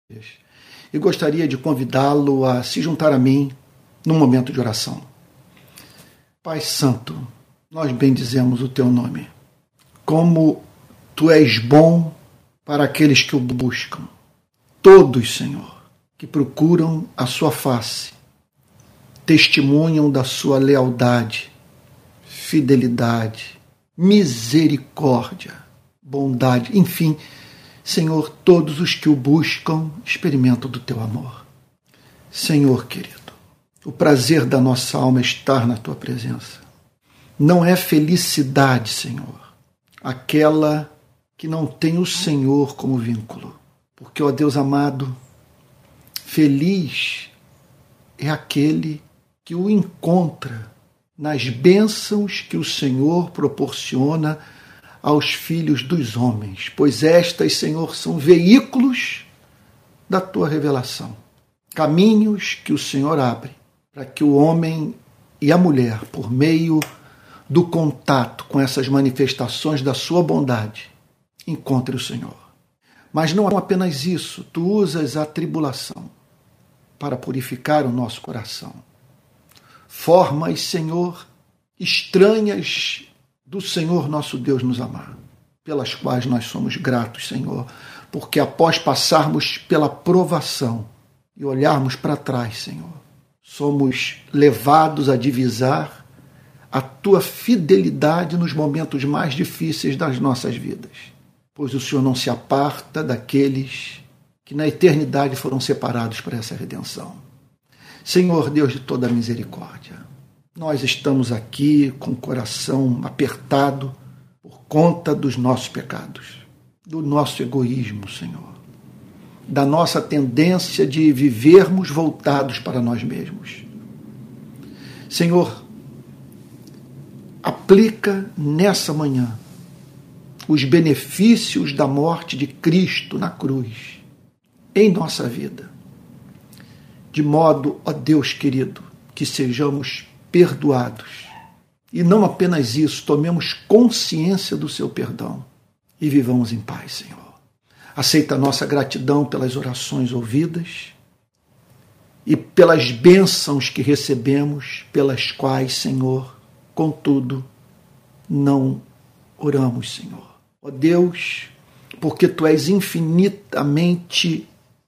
e gostaria de convidá-lo a se juntar a mim num momento de oração. Pai Santo, nós bendizemos o Teu nome. Como Tu és bom para aqueles que o buscam. Todos, Senhor, que procuram a Sua face, testemunham da Sua lealdade, fidelidade, misericórdia, bondade, enfim, Senhor, todos os que o buscam experimentam do Teu amor. Senhor querido, o prazer da nossa alma é estar na Tua presença. Não é felicidade, Senhor, aquela que não tem o Senhor como vínculo. Porque, ó Deus amado, feliz é aquele que o encontra nas bênçãos que o Senhor proporciona aos filhos dos homens, pois estas, Senhor, são veículos da Tua revelação, caminhos que o Senhor abre para que o homem e a mulher, por meio do contato com essas manifestações da Sua bondade, encontre o Senhor. Mas não apenas isso, Tu usas a tribulação para purificar o nosso coração. Formas, Senhor, estranhas do Senhor nosso Deus nos amar, pelas quais nós somos gratos, Senhor, porque após passarmos pela provação e olharmos para trás, Senhor, somos levados a divisar a Tua fidelidade nos momentos mais difíceis das nossas vidas, pois o Senhor não se aparta daqueles que na eternidade foram separados para essa redenção. Senhor Deus de toda a misericórdia, nós estamos aqui com o coração apertado por conta dos nossos pecados, do nosso egoísmo, Senhor, da nossa tendência de vivermos voltados para nós mesmos. Senhor, aplica nessa manhã os benefícios da morte de Cristo na cruz em nossa vida, de modo, ó Deus querido, que sejamos perdoados. E não apenas isso, tomemos consciência do Seu perdão e vivamos em paz, Senhor. Aceita a nossa gratidão pelas orações ouvidas e pelas bênçãos que recebemos, pelas quais, Senhor, contudo, não oramos, Senhor. Ó Deus, porque Tu és infinitamente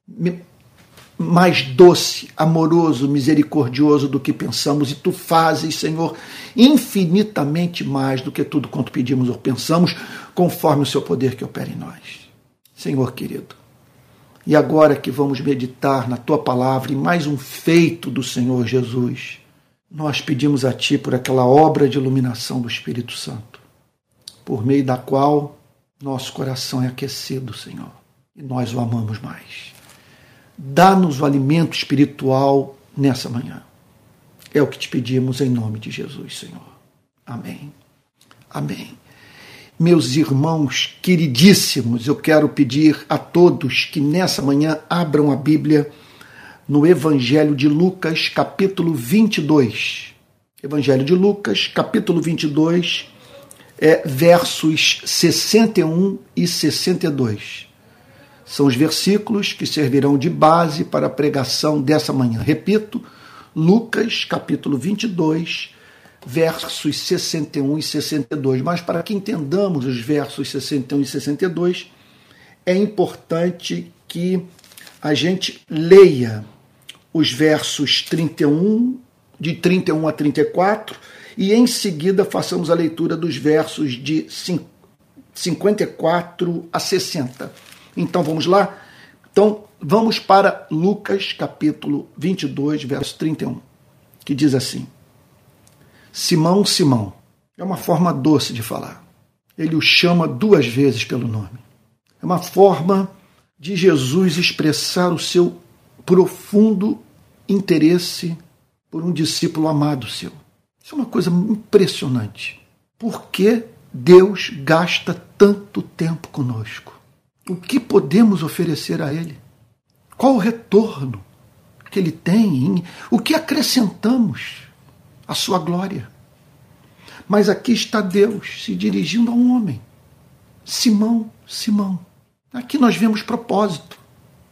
mais doce, amoroso, misericordioso do que pensamos, e Tu fazes, Senhor, infinitamente mais do que tudo quanto pedimos ou pensamos, conforme o Seu poder que opera em nós. Senhor querido, e agora que vamos meditar na Tua palavra e mais um feito do Senhor Jesus, nós pedimos a Ti por aquela obra de iluminação do Espírito Santo, por meio da qual nosso coração é aquecido, Senhor, e nós o amamos mais. Dá-nos o alimento espiritual nessa manhã. É o que Te pedimos em nome de Jesus, Senhor. Amém. Amém. Meus irmãos queridíssimos, eu quero pedir a todos que nessa manhã abram a Bíblia no Evangelho de Lucas, capítulo 22. Evangelho de Lucas, capítulo 22, versos 61 e 62. São os versículos que servirão de base para a pregação dessa manhã. Repito, Lucas, capítulo 22, versos 61 e 62. Mas para que entendamos os versos 61 e 62, é importante que a gente leia os versos 31, de 31 a 34, e em seguida façamos a leitura dos versos de 54 a 60. Então vamos lá? Então vamos para Lucas capítulo 22, verso 31, que diz assim: Simão, Simão, é uma forma doce de falar. Ele o chama 2 vezes pelo nome. É uma forma de Jesus expressar o seu profundo interesse por um discípulo amado seu. Isso é uma coisa impressionante. Por que Deus gasta tanto tempo conosco? O que podemos oferecer a Ele? Qual o retorno que Ele tem? O que acrescentamos à sua glória? Mas aqui está Deus se dirigindo a um homem. Simão, Simão. Aqui nós vemos propósito.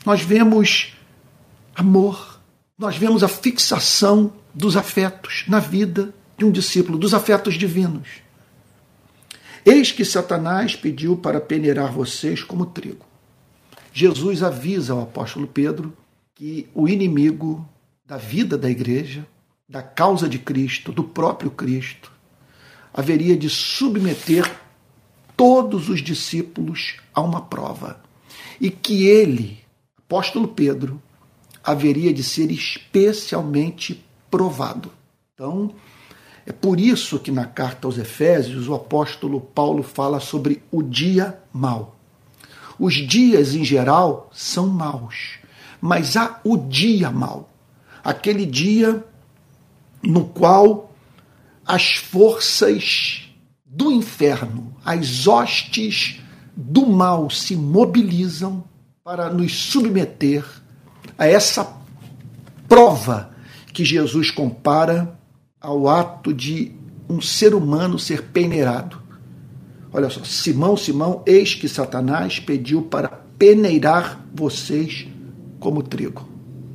nós vemos amor, nós vemos a fixação dos afetos na vida de um discípulo, dos afetos divinos. Eis que Satanás pediu para peneirar vocês como trigo. Jesus avisa ao apóstolo Pedro que o inimigo da vida da igreja, da causa de Cristo, do próprio Cristo, haveria de submeter todos os discípulos a uma prova. E que ele, apóstolo Pedro, haveria de ser especialmente provado. Então, é por isso que na carta aos Efésios o apóstolo Paulo fala sobre o dia mau. Os dias em geral são maus, mas há o dia mau, aquele dia no qual as forças do inferno, as hostes do mal se mobilizam para nos submeter a essa prova que Jesus compara ao ato de um ser humano ser peneirado. Olha só, Simão, Simão, eis que Satanás pediu para peneirar vocês como trigo,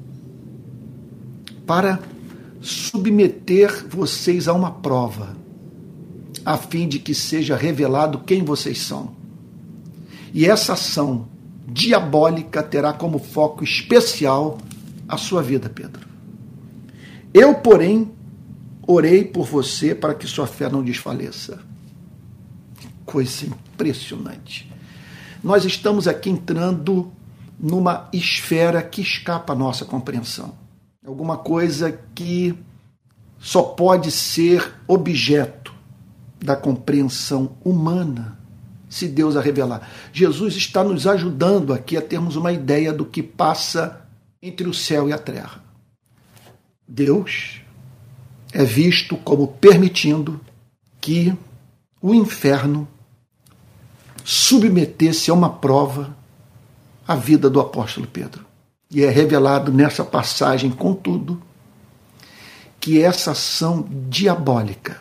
para submeter vocês a uma prova, a fim de que seja revelado quem vocês são. E essa ação diabólica terá como foco especial a sua vida, Pedro. Eu, porém, orei por você para que sua fé não desfaleça. Coisa impressionante. Nós estamos aqui entrando numa esfera que escapa à nossa compreensão. Alguma coisa que só pode ser objeto da compreensão humana se Deus a revelar. Jesus está nos ajudando aqui a termos uma ideia do que passa entre o céu e a terra. Deus é visto como permitindo que o inferno submetesse a uma prova a vida do apóstolo Pedro. E é revelado nessa passagem, contudo, que essa ação diabólica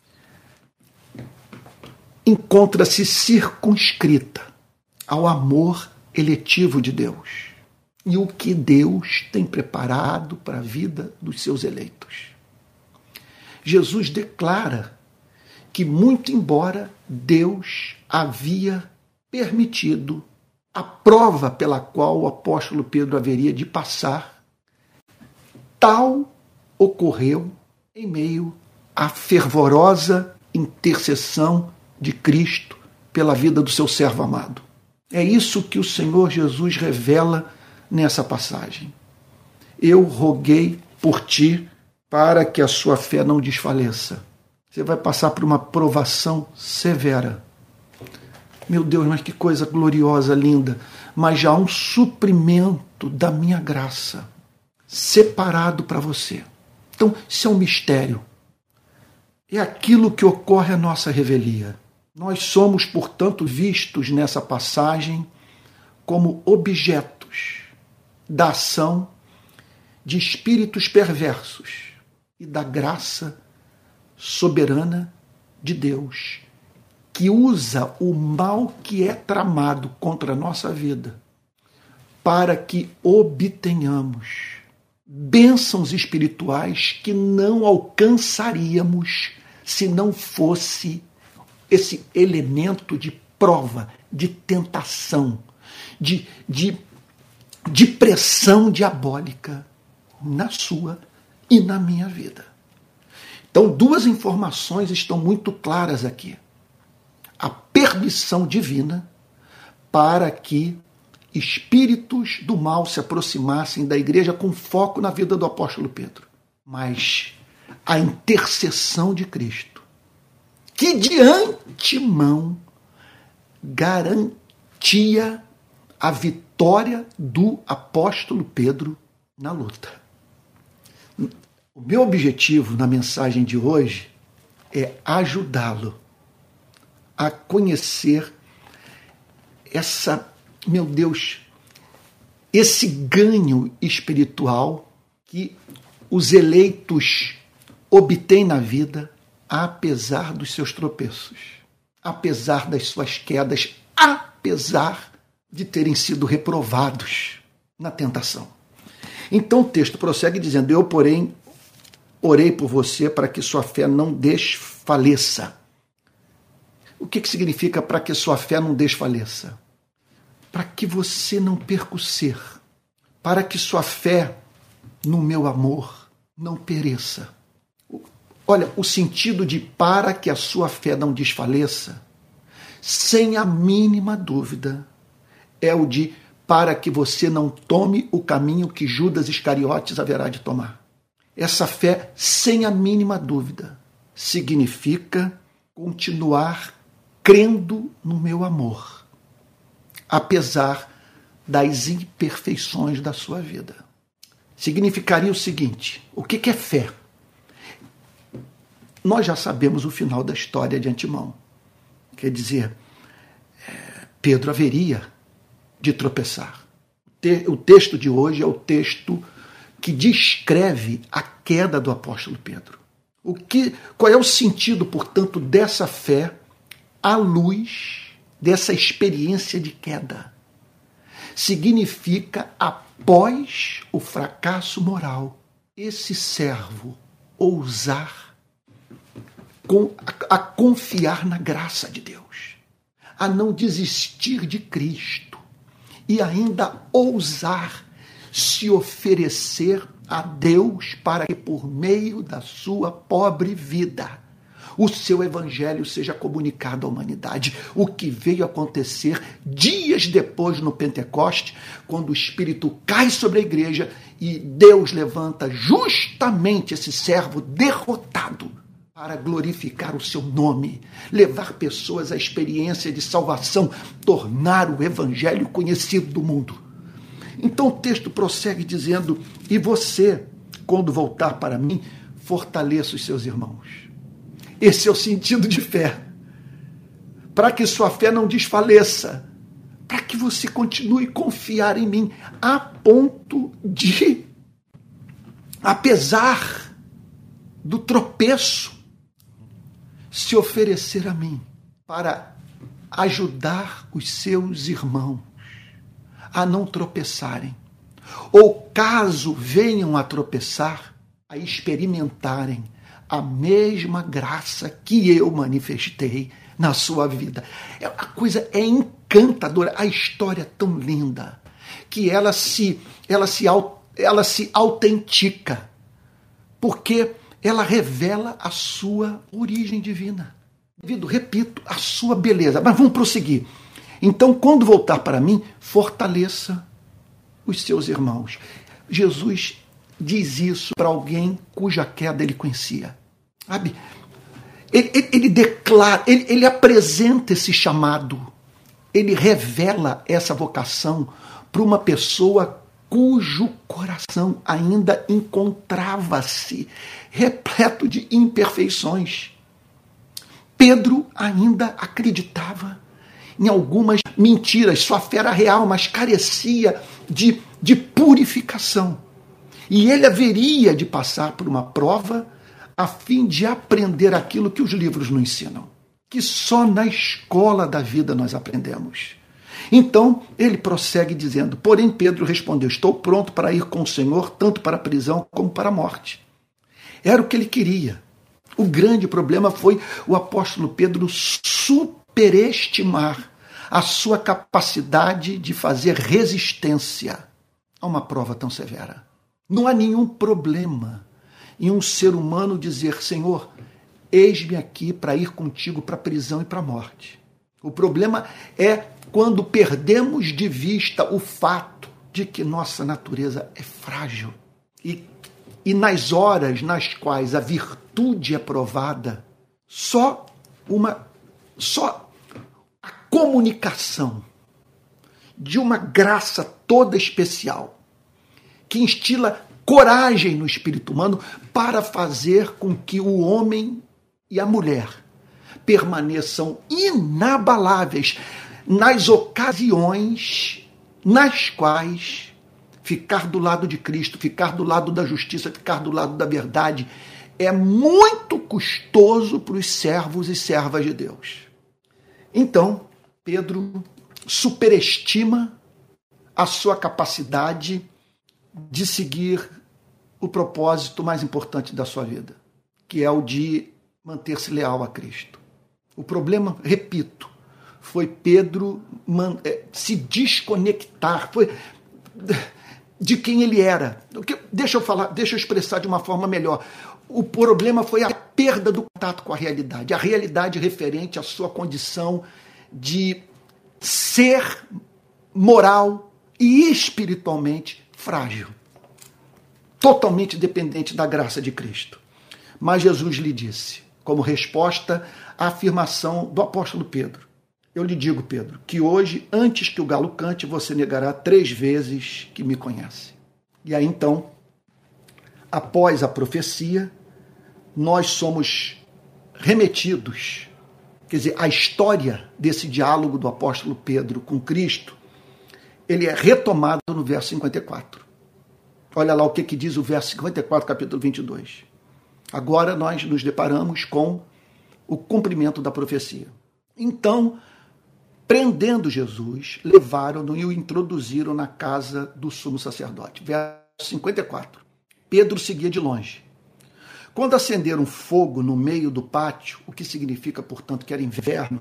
encontra-se circunscrita ao amor eletivo de Deus e o que Deus tem preparado para a vida dos seus eleitos. Jesus declara que, muito embora Deus havia permitido a prova pela qual o apóstolo Pedro haveria de passar, tal ocorreu em meio à fervorosa intercessão de Cristo pela vida do seu servo amado. É isso que o Senhor Jesus revela nessa passagem. Eu roguei por ti para que a sua fé não desfaleça. Você vai passar por uma provação severa. Meu Deus, mas que coisa gloriosa, linda. Mas já há um suprimento da minha graça separado para você. Então, isso é um mistério. É aquilo que ocorre à nossa revelia. Nós somos, portanto, vistos nessa passagem como objetos da ação de espíritos perversos e da graça soberana de Deus, que usa o mal que é tramado contra a nossa vida para que obtenhamos bênçãos espirituais que não alcançaríamos se não fosse esse elemento de prova, de tentação, de pressão diabólica na sua e na minha vida. Então, duas informações estão muito claras aqui. A permissão divina para que espíritos do mal se aproximassem da igreja com foco na vida do apóstolo Pedro. Mas a intercessão de Cristo, que de antemão garantia a vitória do apóstolo Pedro na luta. O meu objetivo na mensagem de hoje é ajudá-lo a conhecer esse ganho espiritual que os eleitos obtêm na vida, apesar dos seus tropeços, apesar das suas quedas, apesar de terem sido reprovados na tentação. Então o texto prossegue dizendo: eu, porém, orei por você para que sua fé não desfaleça. O que significa para que sua fé não desfaleça? Para que você não perca o ser, para que sua fé no meu amor não pereça. Olha, o sentido de para que a sua fé não desfaleça, sem a mínima dúvida, é o de para que você não tome o caminho que Judas Iscariotes haverá de tomar. Essa fé, sem a mínima dúvida, significa continuar crendo no meu amor, apesar das imperfeições da sua vida. Significaria o seguinte: o que é fé? Nós já sabemos o final da história de antemão. Quer dizer, Pedro haveria de tropeçar. O texto de hoje é o texto que descreve a queda do apóstolo Pedro. Qual é o sentido, portanto, dessa fé à luz dessa experiência de queda? Significa, após o fracasso moral, esse servo ousar a confiar na graça de Deus, a não desistir de Cristo e ainda ousar se oferecer a Deus para que, por meio da sua pobre vida, o seu evangelho seja comunicado à humanidade. O que veio acontecer dias depois no Pentecoste, quando o Espírito cai sobre a igreja e Deus levanta justamente esse servo derrotado para glorificar o seu nome, levar pessoas à experiência de salvação, tornar o evangelho conhecido do mundo. Então o texto prossegue dizendo: e você, quando voltar para mim, fortaleça os seus irmãos. Esse é o sentido de fé. Para que sua fé não desfaleça, para que você continue a confiar em mim, a ponto de, apesar do tropeço, se oferecer a mim para ajudar os seus irmãos a não tropeçarem, ou caso venham a tropeçar, a experimentarem a mesma graça que eu manifestei na sua vida. A coisa é encantadora, a história é tão linda que ela se autentica, porque ela revela a sua origem divina. Repito, a sua beleza. Mas vamos prosseguir. Então, quando voltar para mim, fortaleça os seus irmãos. Jesus diz isso para alguém cuja queda ele conhecia. Sabe? Ele declara, ele apresenta esse chamado, ele revela essa vocação para uma pessoa cujo coração ainda encontrava-se repleto de imperfeições. Pedro ainda acreditava em algumas mentiras, sua fé era real, mas carecia de purificação. E ele haveria de passar por uma prova a fim de aprender aquilo que os livros nos ensinam, que só na escola da vida nós aprendemos. Então, ele prossegue dizendo: porém Pedro respondeu: estou pronto para ir com o Senhor, tanto para a prisão como para a morte. Era o que ele queria. O grande problema foi o apóstolo Pedro superestimar a sua capacidade de fazer resistência a uma prova tão severa. Não há nenhum problema em um ser humano dizer: Senhor, eis-me aqui para ir contigo para a prisão e para a morte. O problema é quando perdemos de vista o fato de que nossa natureza é frágil e nas horas nas quais a virtude é provada, só a comunicação de uma graça toda especial que instila coragem no espírito humano para fazer com que o homem e a mulher permaneçam inabaláveis nas ocasiões nas quais ficar do lado de Cristo, ficar do lado da justiça, ficar do lado da verdade é muito custoso para os servos e servas de Deus. Então, Pedro superestima a sua capacidade de seguir o propósito mais importante da sua vida, que é o de manter-se leal a Cristo. O problema, repito, foi Pedro se desconectar de quem ele era. Deixa eu expressar de uma forma melhor. O problema foi a perda do contato com a realidade referente à sua condição de ser moral e espiritualmente frágil, totalmente dependente da graça de Cristo. Mas Jesus lhe disse, como resposta à afirmação do apóstolo Pedro: eu lhe digo, Pedro, que hoje, antes que o galo cante, você negará 3 vezes que me conhece. E aí então, após a profecia, nós somos remetidos, quer dizer, a história desse diálogo do apóstolo Pedro com Cristo, ele é retomado no verso 54. Olha lá o que diz o verso 54, capítulo 22. Agora nós nos deparamos com o cumprimento da profecia. Então, prendendo Jesus, levaram-no e o introduziram na casa do sumo sacerdote. Verso 54. Pedro seguia de longe. Quando acenderam fogo no meio do pátio, o que significa, portanto, que era inverno,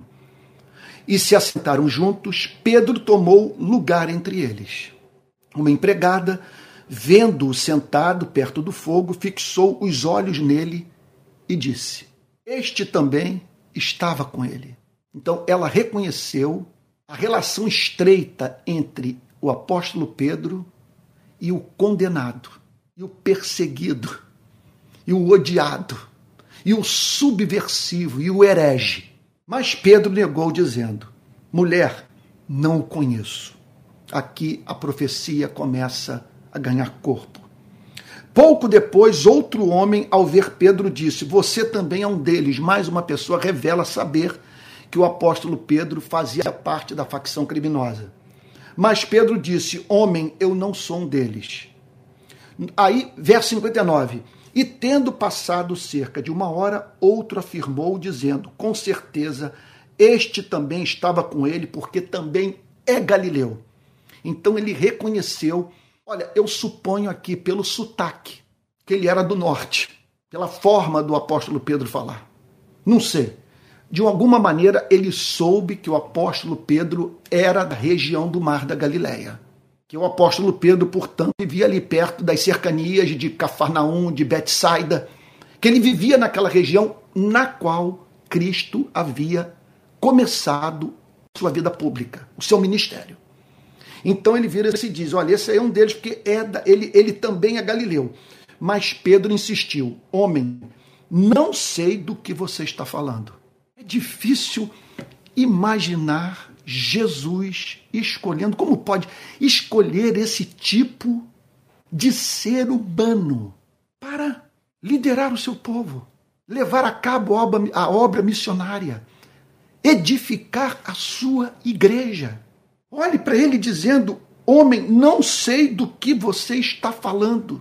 e se assentaram juntos, Pedro tomou lugar entre eles. Uma empregada, vendo-o sentado perto do fogo, fixou os olhos nele e disse: este também estava com ele. Então ela reconheceu a relação estreita entre o apóstolo Pedro e o condenado, e o perseguido, e o odiado, e o subversivo, e o herege. Mas Pedro negou, dizendo: mulher, não o conheço. Aqui a profecia começa a ganhar corpo. Pouco depois, outro homem, ao ver Pedro, disse: você também é um deles. Mais uma pessoa revela saber que o apóstolo Pedro fazia parte da facção criminosa. Mas Pedro disse: homem, eu não sou um deles. Aí, verso 59. E tendo passado cerca de 1 hora, outro afirmou, dizendo: com certeza, este também estava com ele, porque também é galileu. Então ele reconheceu, olha, eu suponho aqui pelo sotaque, que ele era do norte, pela forma do apóstolo Pedro falar. Não sei. De alguma maneira ele soube que o apóstolo Pedro era da região do Mar da Galileia. Que o apóstolo Pedro, portanto, vivia ali perto das cercanias de Cafarnaum, de Betsaida, que ele vivia naquela região na qual Cristo havia começado sua vida pública, o seu ministério. Então ele vira e se diz: olha, esse aí é um deles, porque ele também é galileu. Mas Pedro insistiu: homem, não sei do que você está falando. É difícil imaginar Jesus escolhendo, como pode escolher esse tipo de ser humano para liderar o seu povo, levar a cabo a obra missionária, edificar a sua igreja. Olhe para ele dizendo: homem, não sei do que você está falando.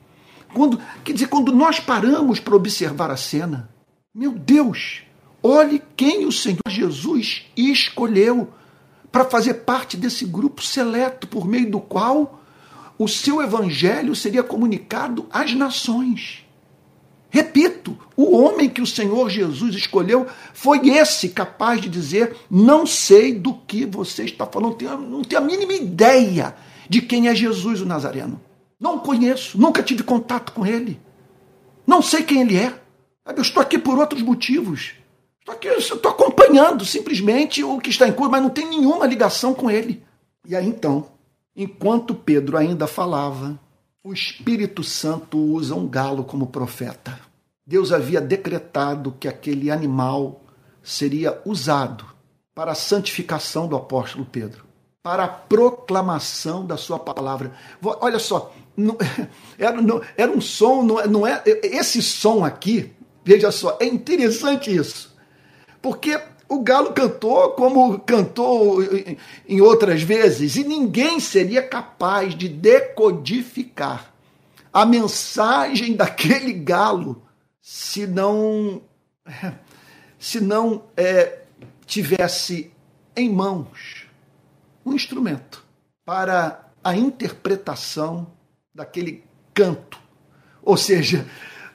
Quando nós paramos para observar a cena, meu Deus, olhe quem o Senhor Jesus escolheu para fazer parte desse grupo seleto, por meio do qual o seu evangelho seria comunicado às nações. Repito, o homem que o Senhor Jesus escolheu foi esse capaz de dizer: não sei do que você está falando, não tenho a mínima ideia de quem é Jesus o Nazareno. Não o conheço, nunca tive contato com ele. Não sei quem ele é. Eu estou aqui por outros motivos. Estou acompanhando simplesmente o que está em curso, mas não tem nenhuma ligação com ele. E aí então, enquanto Pedro ainda falava, o Espírito Santo usa um galo como profeta. Deus havia decretado que aquele animal seria usado para a santificação do apóstolo Pedro, para a proclamação da sua palavra. Olha só, era um som, não é esse som aqui, veja só, é interessante isso. Porque o galo cantou como cantou em outras vezes, e ninguém seria capaz de decodificar a mensagem daquele galo se não tivesse em mãos um instrumento para a interpretação daquele canto. Ou seja,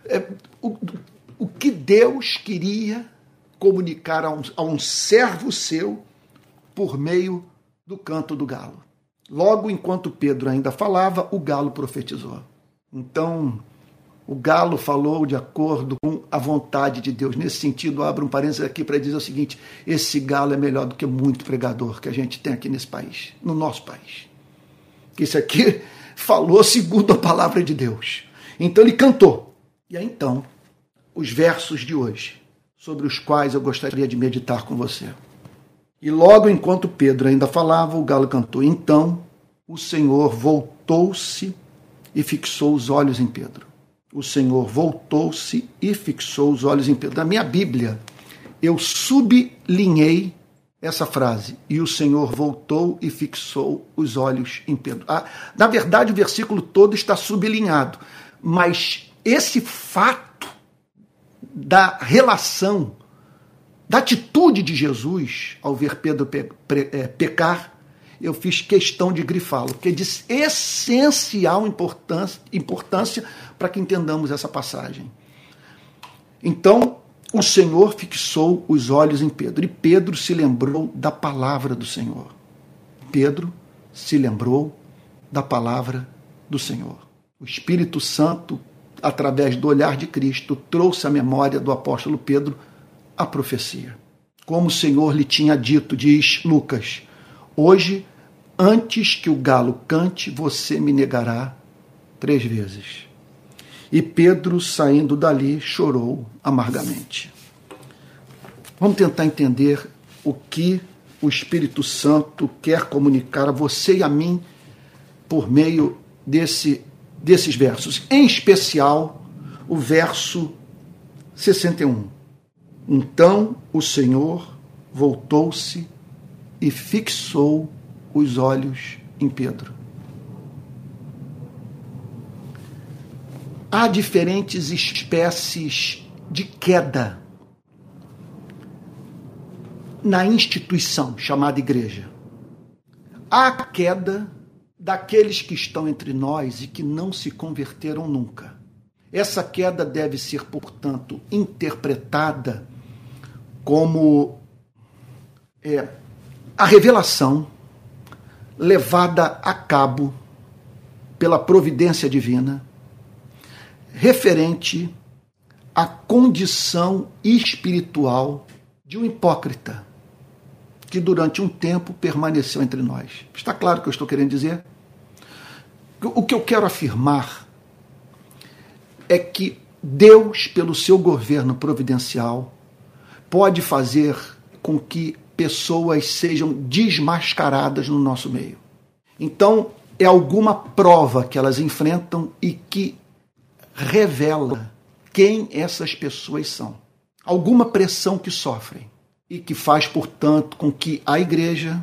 o que Deus queria comunicar a um servo seu por meio do canto do galo. Logo, enquanto Pedro ainda falava, o galo profetizou. Então, o galo falou de acordo com a vontade de Deus. Nesse sentido, abro um parênteses aqui para dizer o seguinte: esse galo é melhor do que muito pregador que a gente tem aqui nesse país, no nosso país. Esse aqui falou segundo a palavra de Deus. Então ele cantou. E aí então, os versos de hoje, sobre os quais eu gostaria de meditar com você. E logo enquanto Pedro ainda falava, o galo cantou. Então o Senhor voltou-se e fixou os olhos em Pedro. O Senhor voltou-se e fixou os olhos em Pedro. Na minha Bíblia, eu sublinhei essa frase. E o Senhor voltou e fixou os olhos em Pedro. Na verdade, o versículo todo está sublinhado. Mas esse fato da relação, da atitude de Jesus ao ver Pedro pecar, eu fiz questão de grifá-lo, porque é de essencial importância para que entendamos essa passagem. Então, o Senhor fixou os olhos em Pedro, e Pedro se lembrou da palavra do Senhor. Pedro se lembrou da palavra do Senhor. O Espírito Santo, através do olhar de Cristo, trouxe à memória do apóstolo Pedro a profecia. Como o Senhor lhe tinha dito, diz Lucas: hoje, antes que o galo cante, você me negará 3 vezes. E Pedro, saindo dali, chorou amargamente. Vamos tentar entender o que o Espírito Santo quer comunicar a você e a mim por meio desses versos. Em especial, o verso 61. Então o Senhor voltou-se e fixou os olhos em Pedro. Há diferentes espécies de queda na instituição chamada igreja. Há a queda daqueles que estão entre nós e que não se converteram nunca. Essa queda deve ser, portanto, interpretada como a revelação levada a cabo pela providência divina referente à condição espiritual de um hipócrita que durante um tempo permaneceu entre nós. Está claro o que eu estou querendo dizer? O que eu quero afirmar é que Deus, pelo seu governo providencial, pode fazer com que pessoas sejam desmascaradas no nosso meio. Então, é alguma prova que elas enfrentam e que revela quem essas pessoas são. Alguma pressão que sofrem e que faz, portanto, com que a igreja,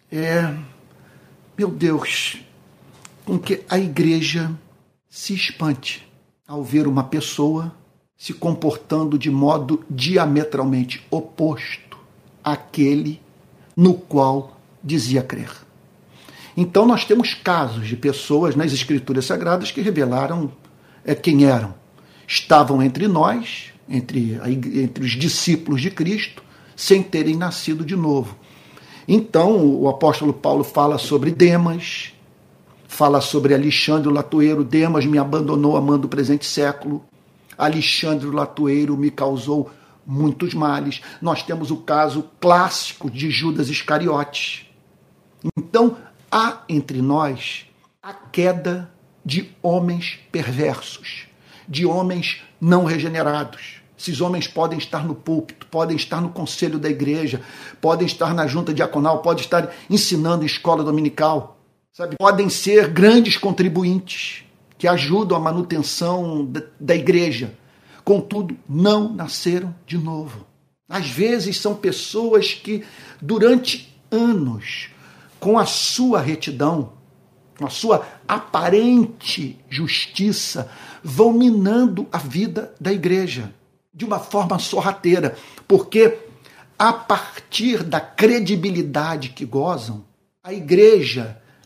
com que a igreja se espante ao ver uma pessoa se comportando de modo diametralmente oposto àquele no qual dizia crer. Então nós temos casos de pessoas nas Escrituras Sagradas que revelaram quem eram. Estavam entre nós, entre os discípulos de Cristo, sem terem nascido de novo. Então o apóstolo Paulo fala sobre Demas, fala sobre Alexandre o Latueiro. Demas me abandonou amando o presente século. Alexandre o Latueiro me causou muitos males. Nós temos o caso clássico de Judas Iscariotes. Então, há entre nós a queda de homens perversos, de homens não regenerados. Esses homens podem estar no púlpito, podem estar no conselho da igreja, podem estar na junta diaconal, podem estar ensinando em escola dominical, sabe? Podem ser grandes contribuintes que ajudam a manutenção da igreja. Contudo, não nasceram de novo. Às vezes são pessoas que, durante anos, com a sua retidão, com a sua aparente justiça, vão minando a vida da igreja de uma forma sorrateira, porque a partir da credibilidade que gozam, a igreja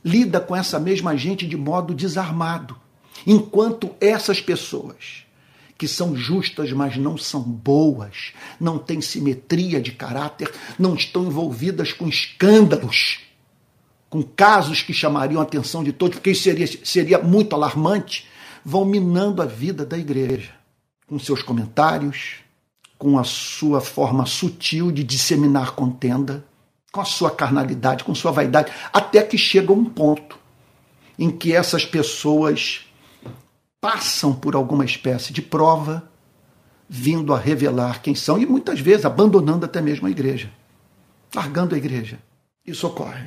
lida com essa mesma gente de modo desarmado. Enquanto essas pessoas, que são justas, mas não são boas, não têm simetria de caráter, não estão envolvidas com escândalos, com casos que chamariam a atenção de todos, porque isso seria muito alarmante, vão minando a vida da igreja, com seus comentários, com a sua forma sutil de disseminar contenda, com a sua carnalidade, com sua vaidade, até que chega um ponto em que essas pessoas passam por alguma espécie de prova, vindo a revelar quem são, e muitas vezes abandonando até mesmo a igreja, largando a igreja. Isso ocorre.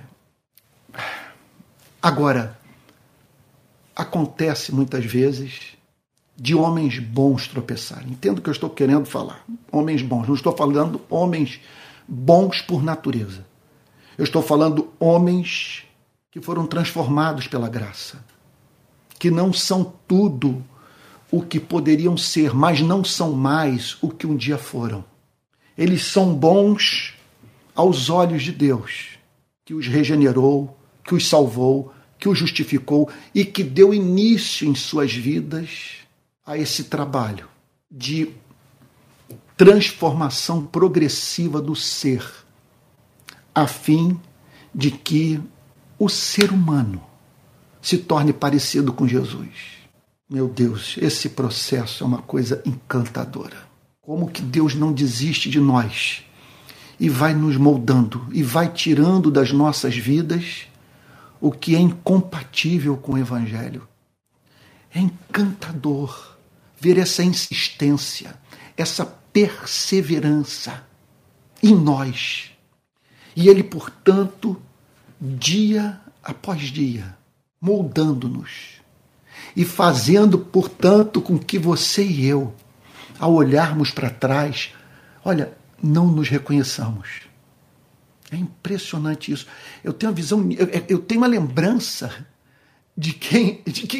Agora, acontece muitas vezes de homens bons tropeçarem. Entendo o que eu estou querendo falar. Homens bons. Não estou falando homens bons por natureza. Eu estou falando homens que foram transformados pela graça, que não são tudo o que poderiam ser, mas não são mais o que um dia foram. Eles são bons aos olhos de Deus, que os regenerou, que os salvou, que os justificou e que deu início em suas vidas a esse trabalho de transformação progressiva do ser, a fim de que o ser humano se torne parecido com Jesus. Meu Deus, esse processo é uma coisa encantadora. Como que Deus não desiste de nós e vai nos moldando e vai tirando das nossas vidas o que é incompatível com o Evangelho. É encantador ver essa insistência, essa perseverança em nós. E Ele, portanto, dia após dia, moldando-nos e fazendo, portanto, com que você e eu, ao olharmos para trás, olha, não nos reconheçamos. É impressionante isso. Eu tenho a visão, eu tenho uma lembrança de que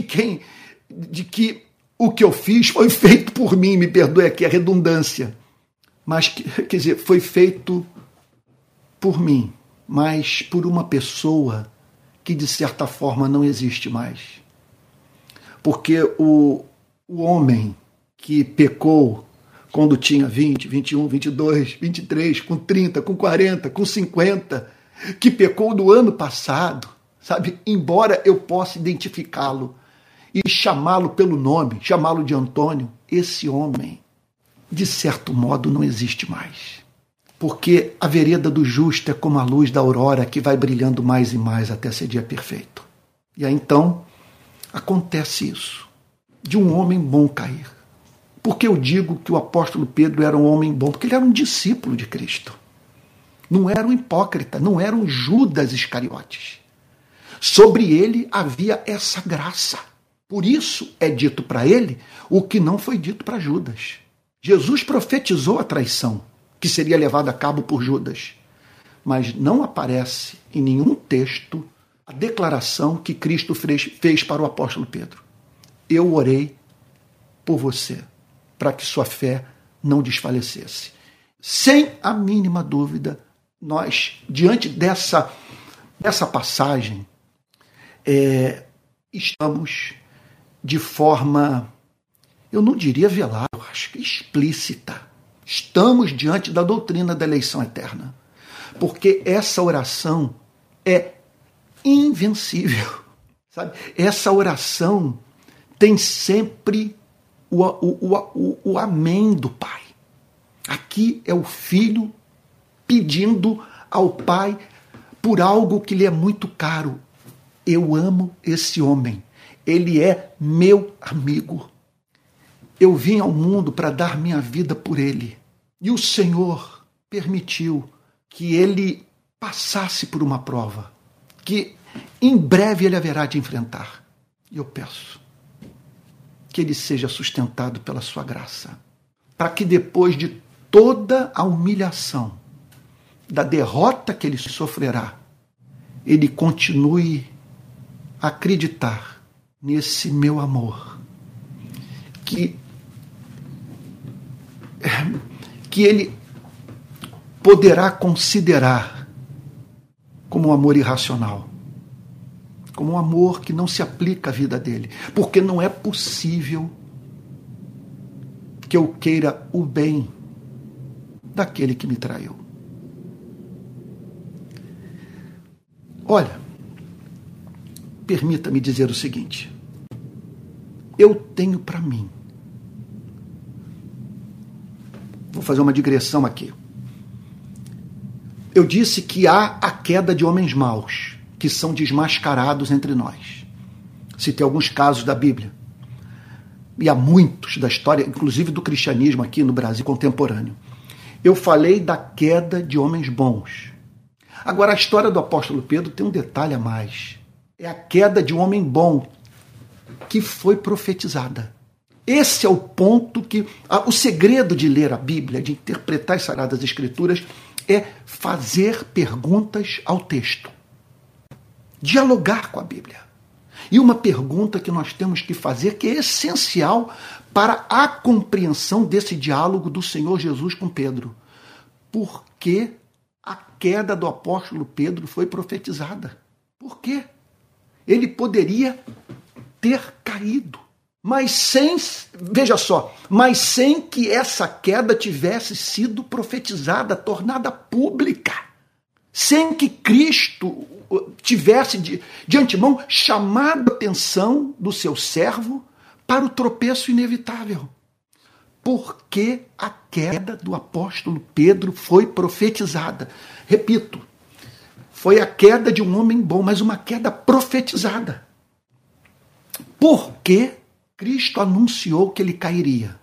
o que eu fiz foi feito por mim, me perdoe aqui a redundância, mas, quer dizer, foi feito por mim, mas por uma pessoa que, de certa forma, não existe mais. Porque o homem que pecou quando tinha 20, 21, 22, 23, com 30, com 40, com 50, que pecou no ano passado, sabe? Embora eu possa identificá-lo e chamá-lo pelo nome, chamá-lo de Antônio, esse homem, de certo modo, não existe mais. Porque a vereda do justo é como a luz da aurora que vai brilhando mais e mais até ser dia perfeito. E aí então acontece isso, de um homem bom cair. Por que eu digo que o apóstolo Pedro era um homem bom? Porque ele era um discípulo de Cristo. Não era um hipócrita, não era um Judas Iscariotes. Sobre ele havia essa graça. Por isso é dito para ele o que não foi dito para Judas. Jesus profetizou a traição que seria levada a cabo por Judas. Mas não aparece em nenhum texto a declaração que Cristo fez para o apóstolo Pedro. Eu orei por você, para que sua fé não desfalecesse. Sem a mínima dúvida, nós, diante dessa passagem, estamos de forma, eu não diria velada, eu acho que explícita. Estamos diante da doutrina da eleição eterna. Porque essa oração é invencível. Sabe? Essa oração tem sempre o amém do Pai. Aqui é o Filho pedindo ao Pai por algo que lhe é muito caro. Eu amo esse homem. Ele é meu amigo. Eu vim ao mundo para dar minha vida por ele. E o Senhor permitiu que ele passasse por uma prova, que em breve ele haverá de enfrentar. E eu peço que ele seja sustentado pela sua graça, para que depois de toda a humilhação, da derrota que ele sofrerá, ele continue a acreditar nesse meu amor, que ele poderá considerar como um amor irracional, como um amor que não se aplica à vida dele, porque não é possível que eu queira o bem daquele que me traiu. Olha, permita-me dizer o seguinte: eu tenho para mim, vou fazer uma digressão aqui. Eu disse que há a queda de homens maus, que são desmascarados entre nós. Citei alguns casos da Bíblia. E há muitos da história, inclusive do cristianismo aqui no Brasil contemporâneo. Eu falei da queda de homens bons. Agora, a história do apóstolo Pedro tem um detalhe a mais. É a queda de um homem bom que foi profetizada. Esse é o ponto que... O segredo de ler a Bíblia, de interpretar as Sagradas Escrituras, é fazer perguntas ao texto. Dialogar com a Bíblia. E uma pergunta que nós temos que fazer, que é essencial para a compreensão desse diálogo do Senhor Jesus com Pedro. Por que a queda do apóstolo Pedro foi profetizada? Por quê? Ele poderia ter caído, mas sem, veja só, mas sem que essa queda tivesse sido profetizada, tornada pública. Sem que Cristo tivesse de antemão chamado a atenção do seu servo para o tropeço inevitável. Porque a queda do apóstolo Pedro foi profetizada. Repito, foi a queda de um homem bom, mas uma queda profetizada. Porque Cristo anunciou que ele cairia.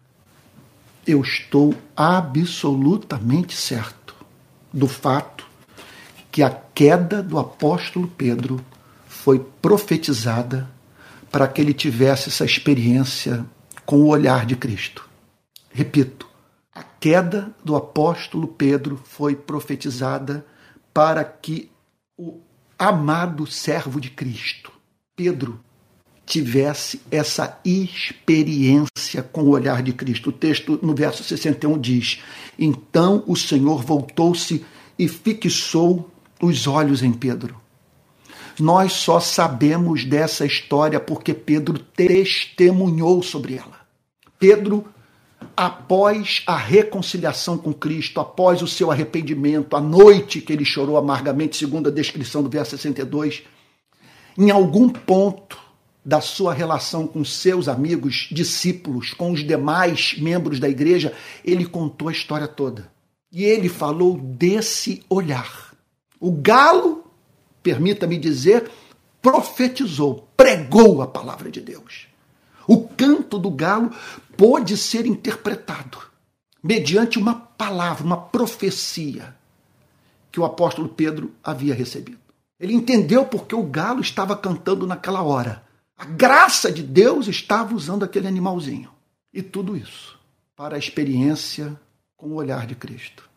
Eu estou absolutamente certo do fato que a queda do apóstolo Pedro foi profetizada para que ele tivesse essa experiência com o olhar de Cristo. Repito, a queda do apóstolo Pedro foi profetizada para que o amado servo de Cristo, Pedro, tivesse essa experiência com o olhar de Cristo. O texto no verso 61 diz: então o Senhor voltou-se e fixou os olhos em Pedro. Nós só sabemos dessa história porque Pedro testemunhou sobre ela. Pedro, após a reconciliação com Cristo, após o seu arrependimento, a noite que ele chorou amargamente, segundo a descrição do verso 62, em algum ponto da sua relação com seus amigos, discípulos, com os demais membros da igreja, ele contou a história toda. E ele falou desse olhar. O galo, permita-me dizer, profetizou, pregou a palavra de Deus. O canto do galo pôde ser interpretado mediante uma palavra, uma profecia que o apóstolo Pedro havia recebido. Ele entendeu porque o galo estava cantando naquela hora. A graça de Deus estava usando aquele animalzinho. E tudo isso para a experiência com o olhar de Cristo.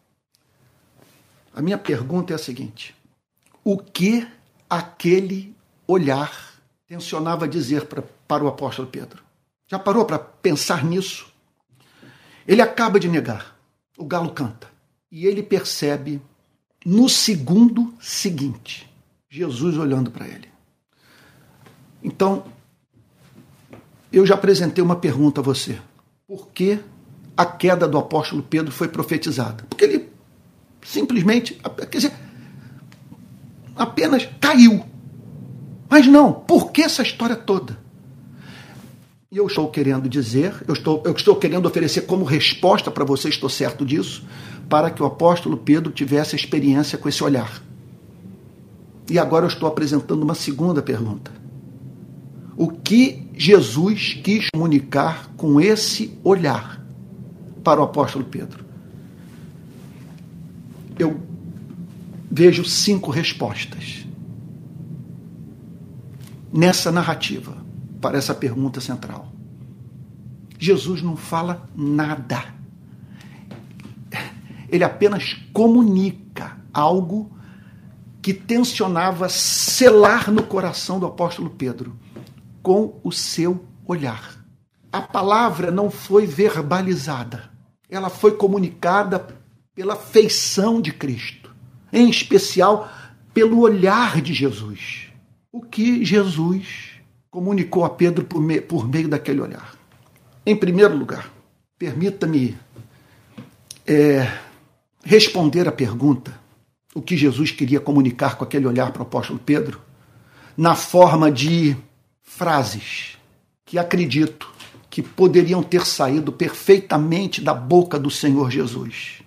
A minha pergunta é a seguinte: o que aquele olhar tensionava dizer para o apóstolo Pedro? Já parou para pensar nisso? Ele acaba de negar. O galo canta. E ele percebe, no segundo seguinte, Jesus olhando para ele. Então, eu já apresentei uma pergunta a você. Por que a queda do apóstolo Pedro foi profetizada? Porque ele simplesmente, quer dizer, apenas caiu. Mas não, por que essa história toda? E eu estou querendo dizer, eu estou querendo oferecer como resposta para você, estou certo disso, para que o apóstolo Pedro tivesse a experiência com esse olhar. E agora eu estou apresentando uma segunda pergunta. O que Jesus quis comunicar com esse olhar para o apóstolo Pedro? Eu vejo 5 respostas nessa narrativa para essa pergunta central. Jesus não fala nada. Ele apenas comunica algo que tensionava selar no coração do apóstolo Pedro com o seu olhar. A palavra não foi verbalizada. Ela foi comunicada pela feição de Cristo, em especial pelo olhar de Jesus. o que Jesus comunicou a Pedro por meio daquele olhar. Em primeiro lugar, permita-me responder a pergunta, o que Jesus queria comunicar com aquele olhar para o apóstolo Pedro, na forma de frases que acredito que poderiam ter saído perfeitamente da boca do Senhor Jesus,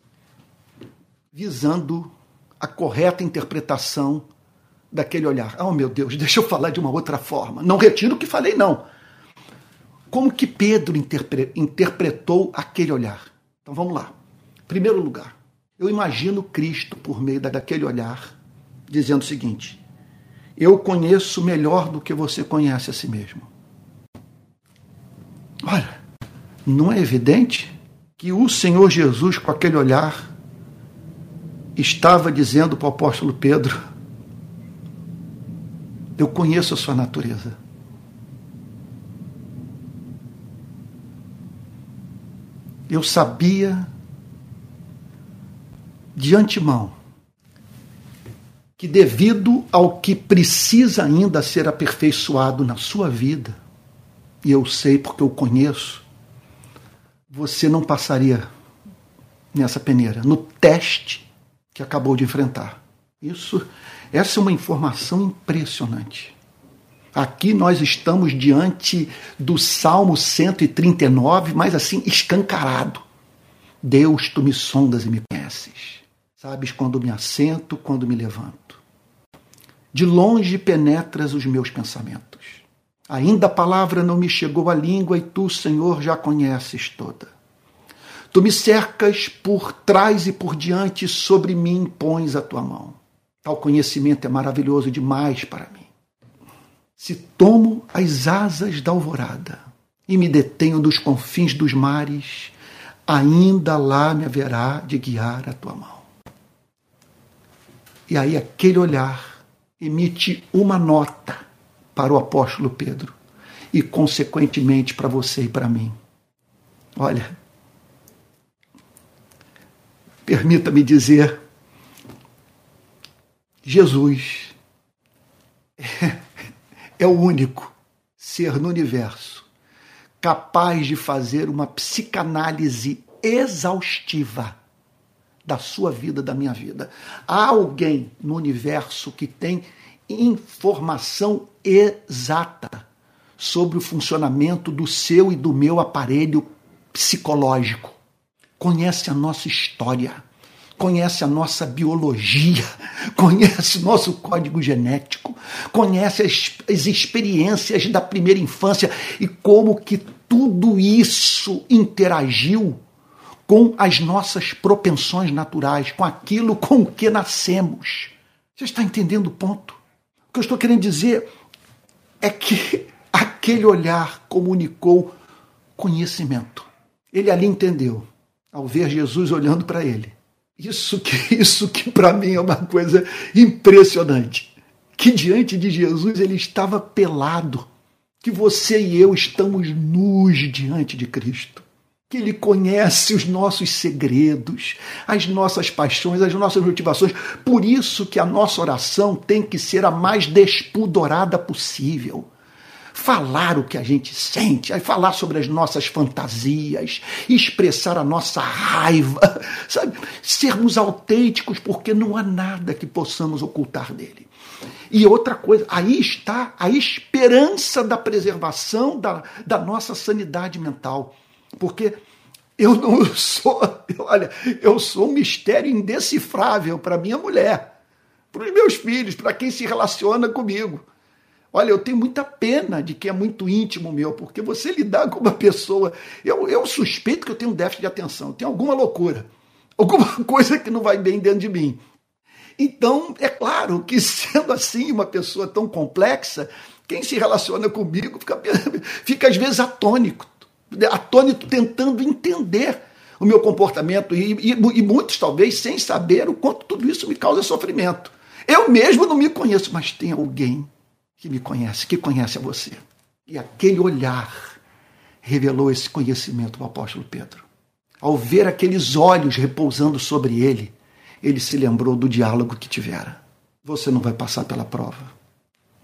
visando a correta interpretação daquele olhar. Oh, meu Deus, deixa eu falar de uma outra forma. Não retiro o que falei, não. Como que Pedro interpretou aquele olhar? Então vamos lá. Em primeiro lugar, eu imagino Cristo, por meio daquele olhar, dizendo o seguinte: eu conheço melhor do que você conhece a si mesmo. Olha, não é evidente que o Senhor Jesus, com aquele olhar, estava dizendo para o apóstolo Pedro: eu conheço a sua natureza. Eu sabia de antemão que, devido ao que precisa ainda ser aperfeiçoado na sua vida, e eu sei porque eu conheço, você não passaria nessa peneira, no teste que acabou de enfrentar. Essa é uma informação impressionante. Aqui nós estamos diante do Salmo 139, mas assim, escancarado. Deus, tu me sondas e me conheces. Sabes quando me assento, quando me levanto. De longe penetras os meus pensamentos. Ainda a palavra não me chegou à língua e tu, Senhor, já conheces toda. Tu me cercas por trás e por diante, sobre mim pões a tua mão. Tal conhecimento é maravilhoso demais para mim. Se tomo as asas da alvorada e me detenho nos confins dos mares, ainda lá me haverá de guiar a tua mão. E aí aquele olhar emite uma nota para o apóstolo Pedro e, consequentemente, para você e para mim. Olha, permita-me dizer, Jesus é o único ser no universo capaz de fazer uma psicanálise exaustiva da sua vida, da minha vida. Há alguém no universo que tem informação exata sobre o funcionamento do seu e do meu aparelho psicológico. Conhece a nossa história, conhece a nossa biologia, conhece o nosso código genético, conhece as experiências da primeira infância e como que tudo isso interagiu com as nossas propensões naturais, com aquilo com que nascemos. Você está entendendo o ponto? O que eu estou querendo dizer é que aquele olhar comunicou conhecimento. Ele ali entendeu, ao ver Jesus olhando para ele. Isso que para mim é uma coisa impressionante. Que diante de Jesus ele estava pelado. Que você e eu estamos nus diante de Cristo. Que ele conhece os nossos segredos, as nossas paixões, as nossas motivações. Por isso que a nossa oração tem que ser a mais despudorada possível. Falar o que a gente sente, falar sobre as nossas fantasias, expressar a nossa raiva, sabe? Sermos autênticos, porque não há nada que possamos ocultar dele. E outra coisa, aí está a esperança da preservação da nossa sanidade mental. Porque eu não sou, eu sou um mistério indecifrável para minha mulher, para os meus filhos, para quem se relaciona comigo. Olha, eu tenho muita pena de quem é muito íntimo meu, porque você lidar com uma pessoa... Eu suspeito que eu tenho um déficit de atenção, eu tenho alguma loucura, alguma coisa que não vai bem dentro de mim. Então, é claro que, sendo assim, uma pessoa tão complexa, quem se relaciona comigo fica às vezes atônito, tentando entender o meu comportamento, e muitos, talvez, sem saber o quanto tudo isso me causa sofrimento. Eu mesmo não me conheço, mas tem alguém que me conhece, que conhece a você. E aquele olhar revelou esse conhecimento ao apóstolo Pedro. Ao ver aqueles olhos repousando sobre ele, ele se lembrou do diálogo que tivera. Você não vai passar pela prova.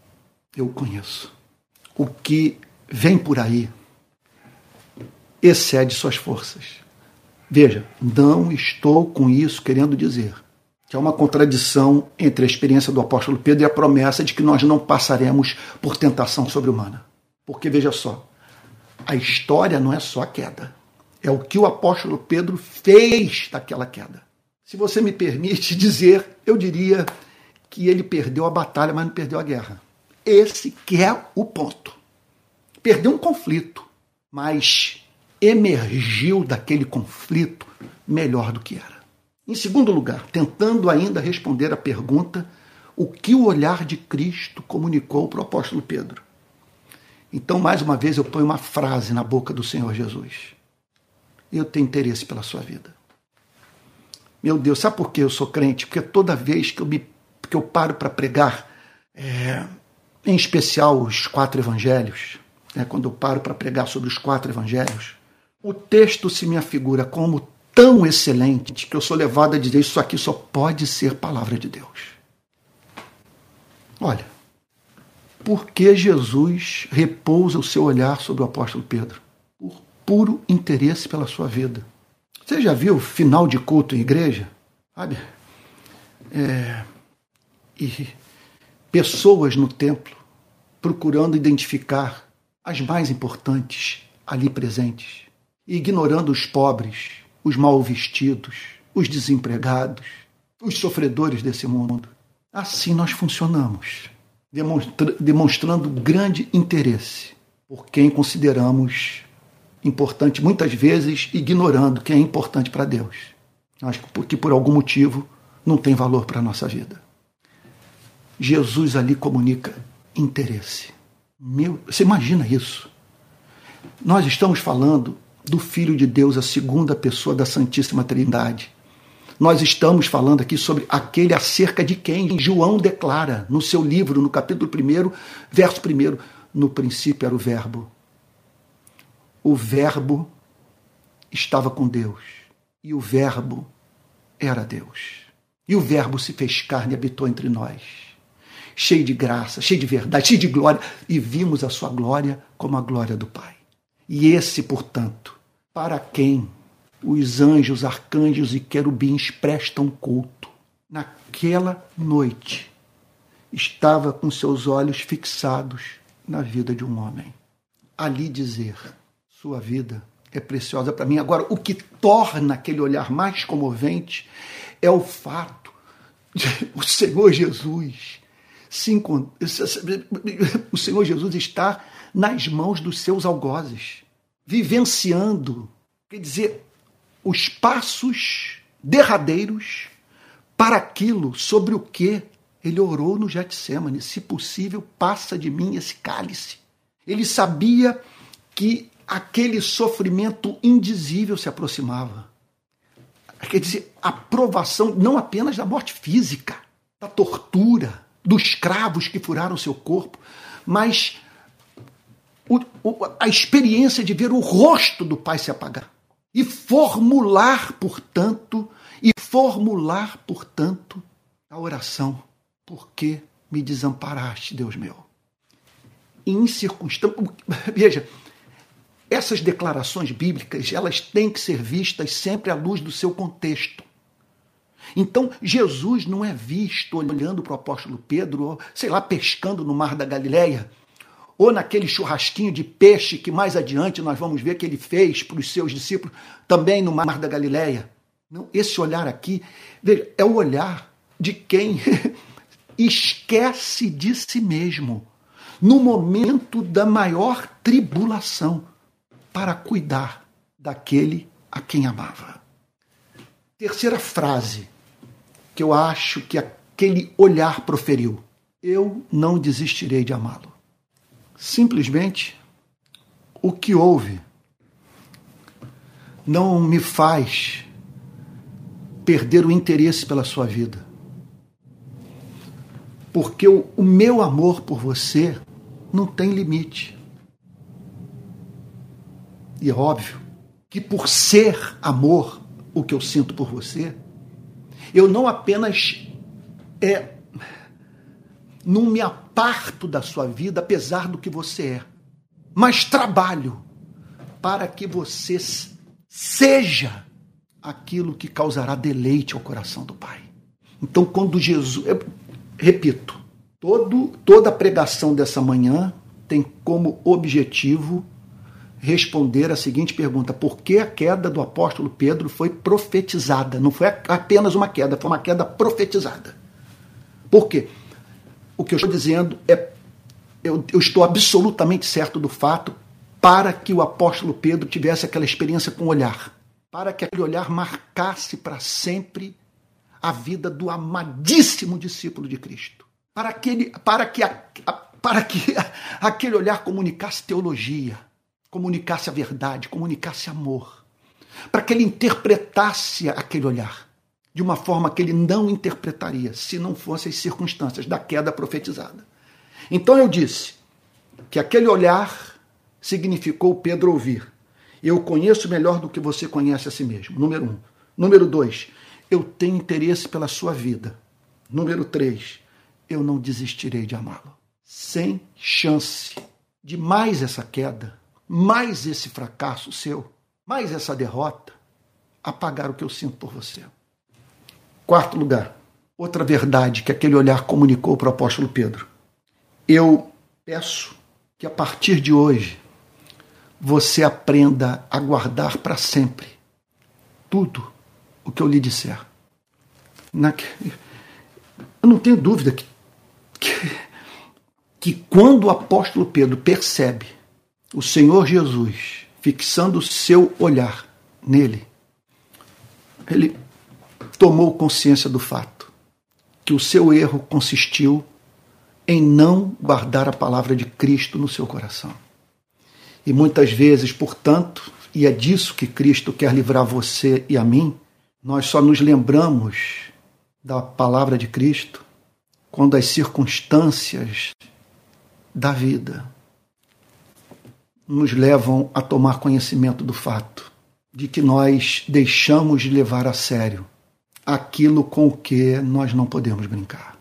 eu o conheço. O que vem por aí excede suas forças. Veja, não estou com isso querendo dizer que há uma contradição entre a experiência do apóstolo Pedro e a promessa de que nós não passaremos por tentação sobre-humana. Porque, veja só, a história não é só a queda. É o que o apóstolo Pedro fez daquela queda. Se você me permite dizer, eu diria que ele perdeu a batalha, mas não perdeu a guerra. Esse que é o ponto. Perdeu um conflito, mas emergiu daquele conflito melhor do que era. Em segundo lugar, tentando ainda responder à pergunta, o que o olhar de Cristo comunicou para o apóstolo Pedro. Então, mais uma vez, eu ponho uma frase na boca do Senhor Jesus. Eu tenho interesse pela sua vida. Meu Deus, sabe por que eu sou crente? Porque toda vez que eu paro para pregar, em especial os 4 evangelhos, quando eu paro para pregar sobre os 4 evangelhos, o texto se me afigura como tão excelente que eu sou levado a dizer isso aqui só pode ser palavra de Deus. Olha, por que Jesus repousa o seu olhar sobre o apóstolo Pedro? Por puro interesse pela sua vida. Você já viu final de culto em igreja? Sabe? E pessoas no templo procurando identificar as mais importantes ali presentes, ignorando os pobres, os mal vestidos, os desempregados, os sofredores desse mundo. Assim nós funcionamos, demonstrando grande interesse por quem consideramos importante, muitas vezes ignorando quem é importante para Deus. Acho que por algum motivo não tem valor para a nossa vida. Jesus ali comunica interesse. Você imagina isso? Nós estamos falando do Filho de Deus, a segunda pessoa da Santíssima Trindade. Nós estamos falando aqui sobre aquele acerca de quem João declara no seu livro, no capítulo 1, verso 1, no princípio era o Verbo. O Verbo estava com Deus, e o Verbo era Deus. E o Verbo se fez carne e habitou entre nós, cheio de graça, cheio de verdade, cheio de glória, e vimos a sua glória como a glória do Pai. E esse, portanto, para quem os anjos, arcanjos e querubins prestam culto, naquela noite, estava com seus olhos fixados na vida de um homem. Ali dizer, sua vida é preciosa para mim. Agora, o que torna aquele olhar mais comovente é o fato de o Senhor Jesus estar nas mãos dos seus algozes, vivenciando, quer dizer, os passos derradeiros para aquilo sobre o que ele orou no Getsêmani. Se possível, passa de mim esse cálice. Ele sabia que aquele sofrimento indizível se aproximava. Quer dizer, a provação não apenas da morte física, da tortura, dos cravos que furaram seu corpo, mas a experiência de ver o rosto do Pai se apagar. E formular, portanto, a oração. Por que me desamparaste, Deus meu? Em circunstâncias... Veja, essas declarações bíblicas, elas têm que ser vistas sempre à luz do seu contexto. Então, Jesus não é visto olhando para o apóstolo Pedro, ou, sei lá, pescando no Mar da Galileia, ou naquele churrasquinho de peixe que mais adiante nós vamos ver que ele fez para os seus discípulos, também no Mar da Galileia. Não, esse olhar aqui, veja, é o olhar de quem esquece de si mesmo no momento da maior tribulação para cuidar daquele a quem amava. Terceira frase que eu acho que aquele olhar proferiu: eu não desistirei de amá-lo. Simplesmente, o que houve não me faz perder o interesse pela sua vida. Porque o meu amor por você não tem limite. E é óbvio que por ser amor o que eu sinto por você, eu não apenas não me aparto da sua vida apesar do que você é, mas trabalho para que você seja aquilo que causará deleite ao coração do Pai. Então, quando Jesus... Eu repito, toda a pregação dessa manhã tem como objetivo responder a seguinte pergunta: por que a queda do apóstolo Pedro foi profetizada? Não foi apenas uma queda, foi uma queda profetizada. Por quê? O que eu estou dizendo é, eu estou absolutamente certo do fato, para que o apóstolo Pedro tivesse aquela experiência com o olhar, para que aquele olhar marcasse para sempre a vida do amadíssimo discípulo de Cristo, para que aquele olhar comunicasse teologia, comunicasse a verdade, comunicasse amor, para que ele interpretasse aquele olhar de uma forma que ele não interpretaria se não fossem as circunstâncias da queda profetizada. Então eu disse que aquele olhar significou Pedro ouvir: eu conheço melhor do que você conhece a si mesmo. Número 1. Número 2, eu tenho interesse pela sua vida. Número 3, eu não desistirei de amá-lo. Sem chance de mais essa queda, mais esse fracasso seu, mais essa derrota, apagar o que eu sinto por você. 4º lugar, outra verdade que aquele olhar comunicou para o apóstolo Pedro: eu peço que a partir de hoje você aprenda a guardar para sempre tudo o que eu lhe disser. Eu não tenho dúvida que quando o apóstolo Pedro percebe o Senhor Jesus fixando o seu olhar nele, ele tomou consciência do fato que o seu erro consistiu em não guardar a palavra de Cristo no seu coração. E muitas vezes, portanto, e é disso que Cristo quer livrar você e a mim, nós só nos lembramos da palavra de Cristo quando as circunstâncias da vida nos levam a tomar conhecimento do fato de que nós deixamos de levar a sério aquilo com o que nós não podemos brincar.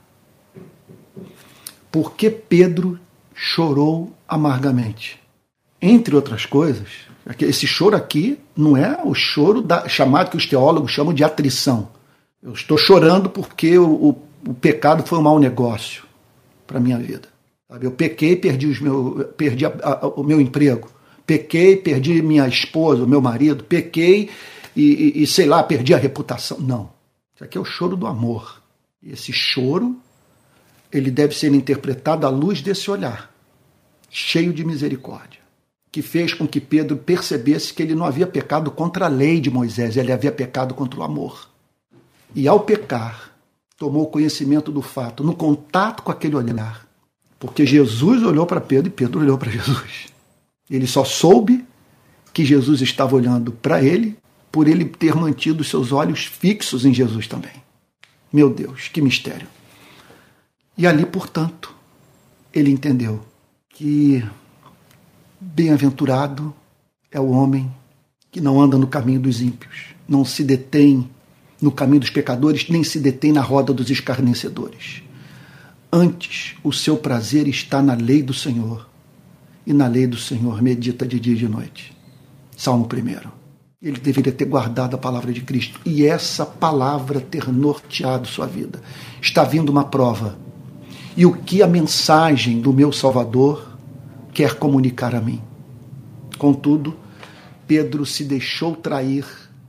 Por que Pedro chorou amargamente? Entre outras coisas, esse choro aqui não é o choro chamado que os teólogos chamam de atrição. Eu estou chorando porque o pecado foi um mau negócio para a minha vida. Eu pequei, perdi o meu emprego. Pequei, perdi minha esposa, o meu marido. Pequei e sei lá, perdi a reputação. Não. Isso aqui é o choro do amor. E esse choro, ele deve ser interpretado à luz desse olhar, cheio de misericórdia, que fez com que Pedro percebesse que ele não havia pecado contra a lei de Moisés, ele havia pecado contra o amor. E ao pecar, tomou conhecimento do fato, no contato com aquele olhar, porque Jesus olhou para Pedro e Pedro olhou para Jesus. Ele só soube que Jesus estava olhando para ele, por ele ter mantido seus olhos fixos em Jesus também. Meu Deus, que mistério! E ali, portanto, ele entendeu que bem-aventurado é o homem que não anda no caminho dos ímpios, não se detém no caminho dos pecadores, nem se detém na roda dos escarnecedores. Antes, o seu prazer está na lei do Senhor, e na lei do Senhor medita de dia e de noite. Salmo 1. Ele deveria ter guardado a palavra de Cristo, e essa palavra ter norteado sua vida. Está vindo uma prova. E o que a mensagem do meu Salvador quer comunicar a mim? Contudo, Pedro se deixou trair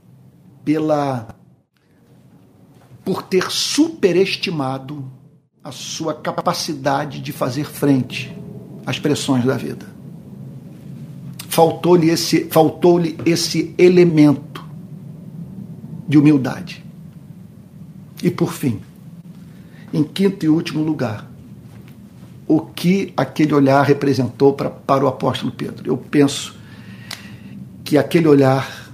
por ter superestimado a sua capacidade de fazer frente às pressões da vida. Faltou-lhe esse elemento de humildade. E por fim, em quinto e último lugar, o que aquele olhar representou para o apóstolo Pedro? Eu penso que aquele olhar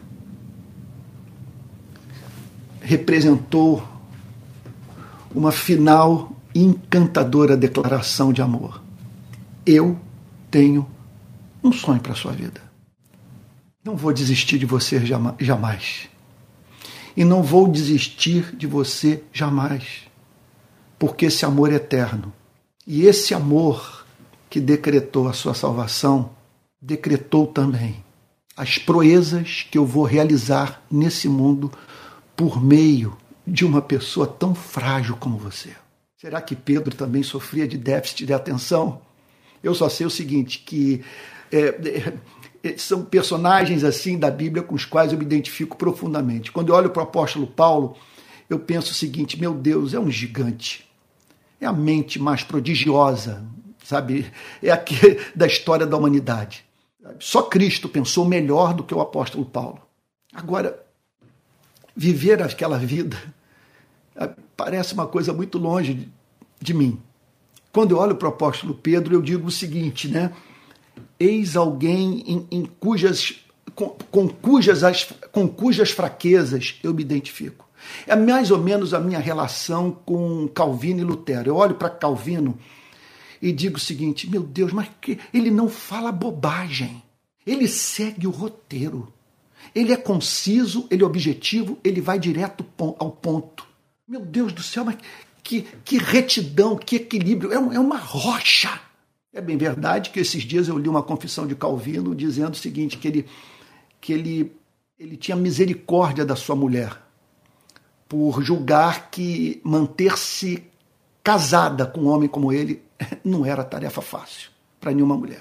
representou uma final encantadora declaração de amor. Eu tenho um sonho para a sua vida. Não vou desistir de você jamais. E não vou desistir de você jamais. Porque esse amor é eterno. E esse amor que decretou a sua salvação, decretou também as proezas que eu vou realizar nesse mundo por meio de uma pessoa tão frágil como você. Será que Pedro também sofria de déficit de atenção? Eu só sei o seguinte, que são personagens assim da Bíblia com os quais eu me identifico profundamente. Quando eu olho para o apóstolo Paulo, eu penso o seguinte, meu Deus, é um gigante. É a mente mais prodigiosa, sabe? É aqui da história da humanidade. Só Cristo pensou melhor do que o apóstolo Paulo. Agora, viver aquela vida parece uma coisa muito longe de mim. Quando eu olho para o apóstolo Pedro, eu digo o seguinte, né? Eis alguém com cujas fraquezas eu me identifico. É mais ou menos a minha relação com Calvino e Lutero. Eu olho para Calvino e digo o seguinte, meu Deus, mas ele não fala bobagem. Ele segue o roteiro. Ele é conciso, ele é objetivo, ele vai direto ao ponto. Meu Deus do céu, mas que retidão, que equilíbrio. É uma rocha. É bem verdade que esses dias eu li uma confissão de Calvino dizendo o seguinte, que ele tinha misericórdia da sua mulher por julgar que manter-se casada com um homem como ele não era tarefa fácil para nenhuma mulher.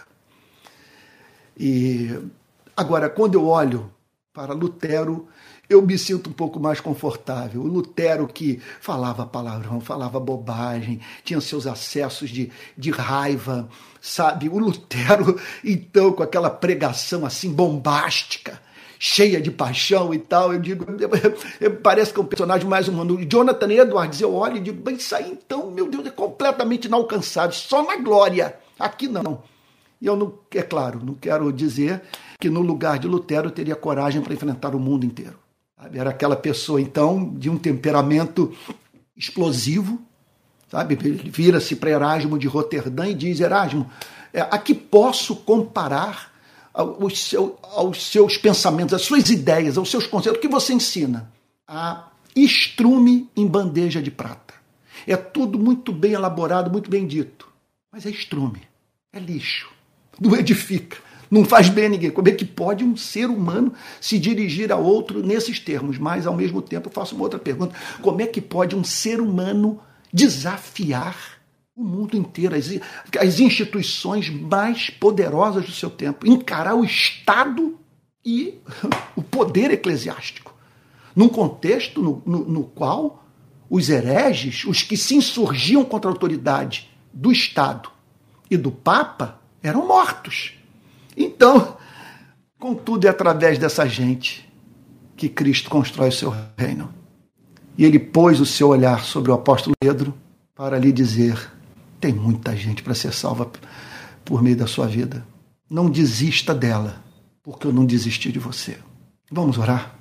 E agora, quando eu olho para Lutero, eu me sinto um pouco mais confortável. O Lutero que falava palavrão, falava bobagem, tinha seus acessos de raiva, sabe? O Lutero, então, com aquela pregação assim bombástica, cheia de paixão e tal, eu digo, parece que é um personagem mais humano. Jonathan Edwards, eu olho e digo, bem, isso aí então, meu Deus, é completamente inalcançável, só na glória, aqui não. E eu, não, é claro, não quero dizer que no lugar de Lutero eu teria coragem para enfrentar o mundo inteiro. Era aquela pessoa, então, de um temperamento explosivo, sabe? Ele vira-se para Erasmo de Roterdã e diz, Erasmo, a que posso comparar aos seus pensamentos, às suas ideias, aos seus conceitos, o que você ensina? A estrume em bandeja de prata. É tudo muito bem elaborado, muito bem dito, mas é estrume, é lixo, não edifica. Não faz bem a ninguém. Como é que pode um ser humano se dirigir a outro nesses termos? Mas, ao mesmo tempo, eu faço uma outra pergunta. Como é que pode um ser humano desafiar o mundo inteiro, as instituições mais poderosas do seu tempo, encarar o Estado e o poder eclesiástico, num contexto no qual os hereges, os que se insurgiam contra a autoridade do Estado e do Papa, eram mortos. Então, contudo, é através dessa gente que Cristo constrói o seu reino. E ele pôs o seu olhar sobre o apóstolo Pedro para lhe dizer, tem muita gente para ser salva por meio da sua vida. Não desista dela, porque eu não desisti de você. Vamos orar?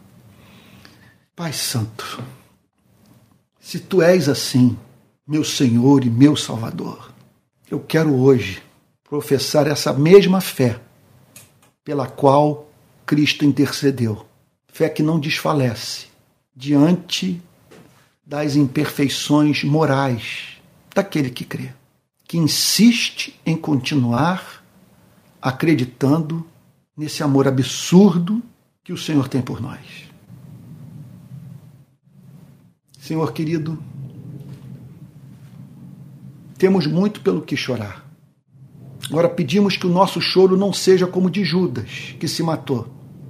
Pai Santo, se tu és assim, meu Senhor e meu Salvador, eu quero hoje professar essa mesma fé pela qual Cristo intercedeu. Fé que não desfalece diante das imperfeições morais daquele que crê, que insiste em continuar acreditando nesse amor absurdo que o Senhor tem por nós. Senhor querido, temos muito pelo que chorar. Agora pedimos que o nosso choro não seja como de Judas, que se matou,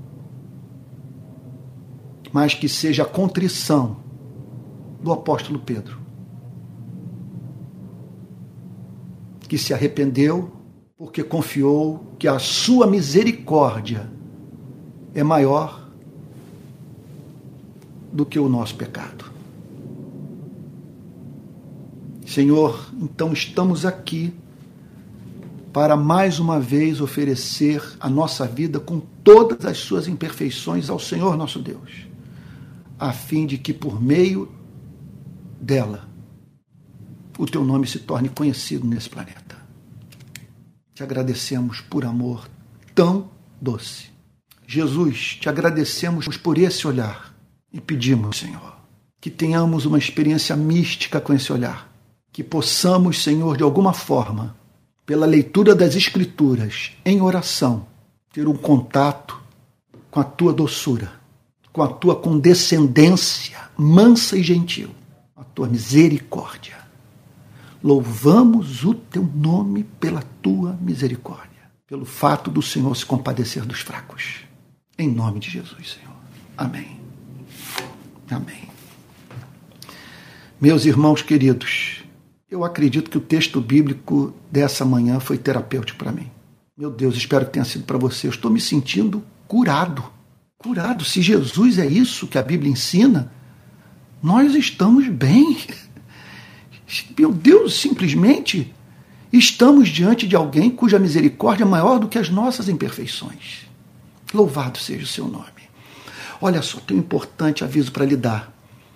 mas que seja a contrição do apóstolo Pedro, que se arrependeu porque confiou que a sua misericórdia é maior do que o nosso pecado. Senhor, então estamos aqui para mais uma vez oferecer a nossa vida com todas as suas imperfeições ao Senhor nosso Deus, a fim de que por meio dela o teu nome se torne conhecido nesse planeta. Te agradecemos por amor tão doce. Jesus, te agradecemos por esse olhar e pedimos, Senhor, que tenhamos uma experiência mística com esse olhar, que possamos, Senhor, de alguma forma, pela leitura das Escrituras, em oração, ter um contato com a tua doçura, com a tua condescendência mansa e gentil, a tua misericórdia. Louvamos o teu nome pela tua misericórdia, pelo fato do Senhor se compadecer dos fracos. Em nome de Jesus, Senhor. Amém. Amém. Meus irmãos queridos, eu acredito que o texto bíblico dessa manhã foi terapêutico para mim. Meu Deus, espero que tenha sido para você. Eu estou me sentindo curado. Curado. Se Jesus é isso que a Bíblia ensina, nós estamos bem. Meu Deus, simplesmente estamos diante de alguém cuja misericórdia é maior do que as nossas imperfeições. Louvado seja o seu nome. Olha só, tem um importante aviso para lhe dar.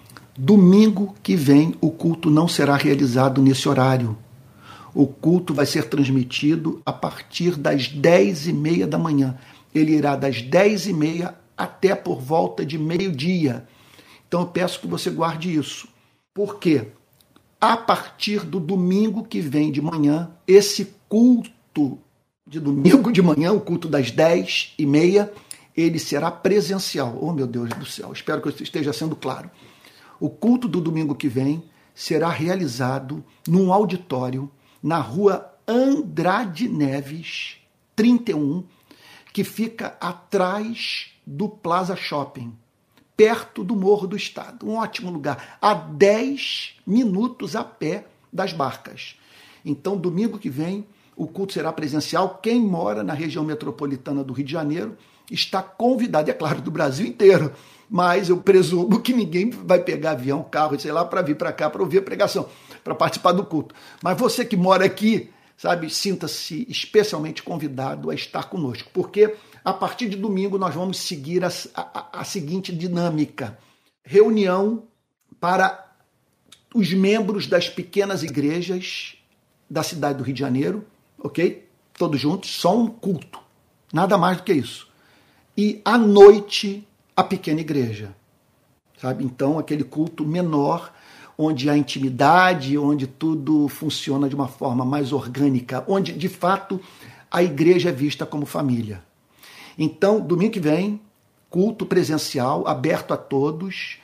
Domingo que vem o culto não será realizado nesse horário. O culto vai ser transmitido a partir das 10h30 da manhã. Ele irá das 10h30 até por volta de meio-dia. Então eu peço que você guarde isso. Por quê? A partir do domingo que vem de manhã, esse culto de domingo de manhã, o culto das 10h30, ele será presencial. Oh, meu Deus do céu, espero que eu esteja sendo claro. O culto do domingo que vem será realizado num auditório na rua Andrade Neves, 31, que fica atrás do Plaza Shopping, perto do Morro do Estado. Um ótimo lugar, a 10 minutos a pé das Barcas. Então, domingo que vem, o culto será presencial. Quem mora na região metropolitana do Rio de Janeiro está convidado, é claro, do Brasil inteiro, mas eu presumo que ninguém vai pegar avião, carro, sei lá, para vir para cá para ouvir a pregação, para participar do culto. Mas você que mora aqui, sabe, sinta-se especialmente convidado a estar conosco, porque a partir de domingo nós vamos seguir a seguinte dinâmica: reunião para os membros das pequenas igrejas da cidade do Rio de Janeiro, ok? Todos juntos, só um culto, nada mais do que isso. E à noite, a pequena igreja, sabe? Então, aquele culto menor, onde há intimidade, onde tudo funciona de uma forma mais orgânica, onde, de fato, a igreja é vista como família. Então, domingo que vem, culto presencial, aberto a todos,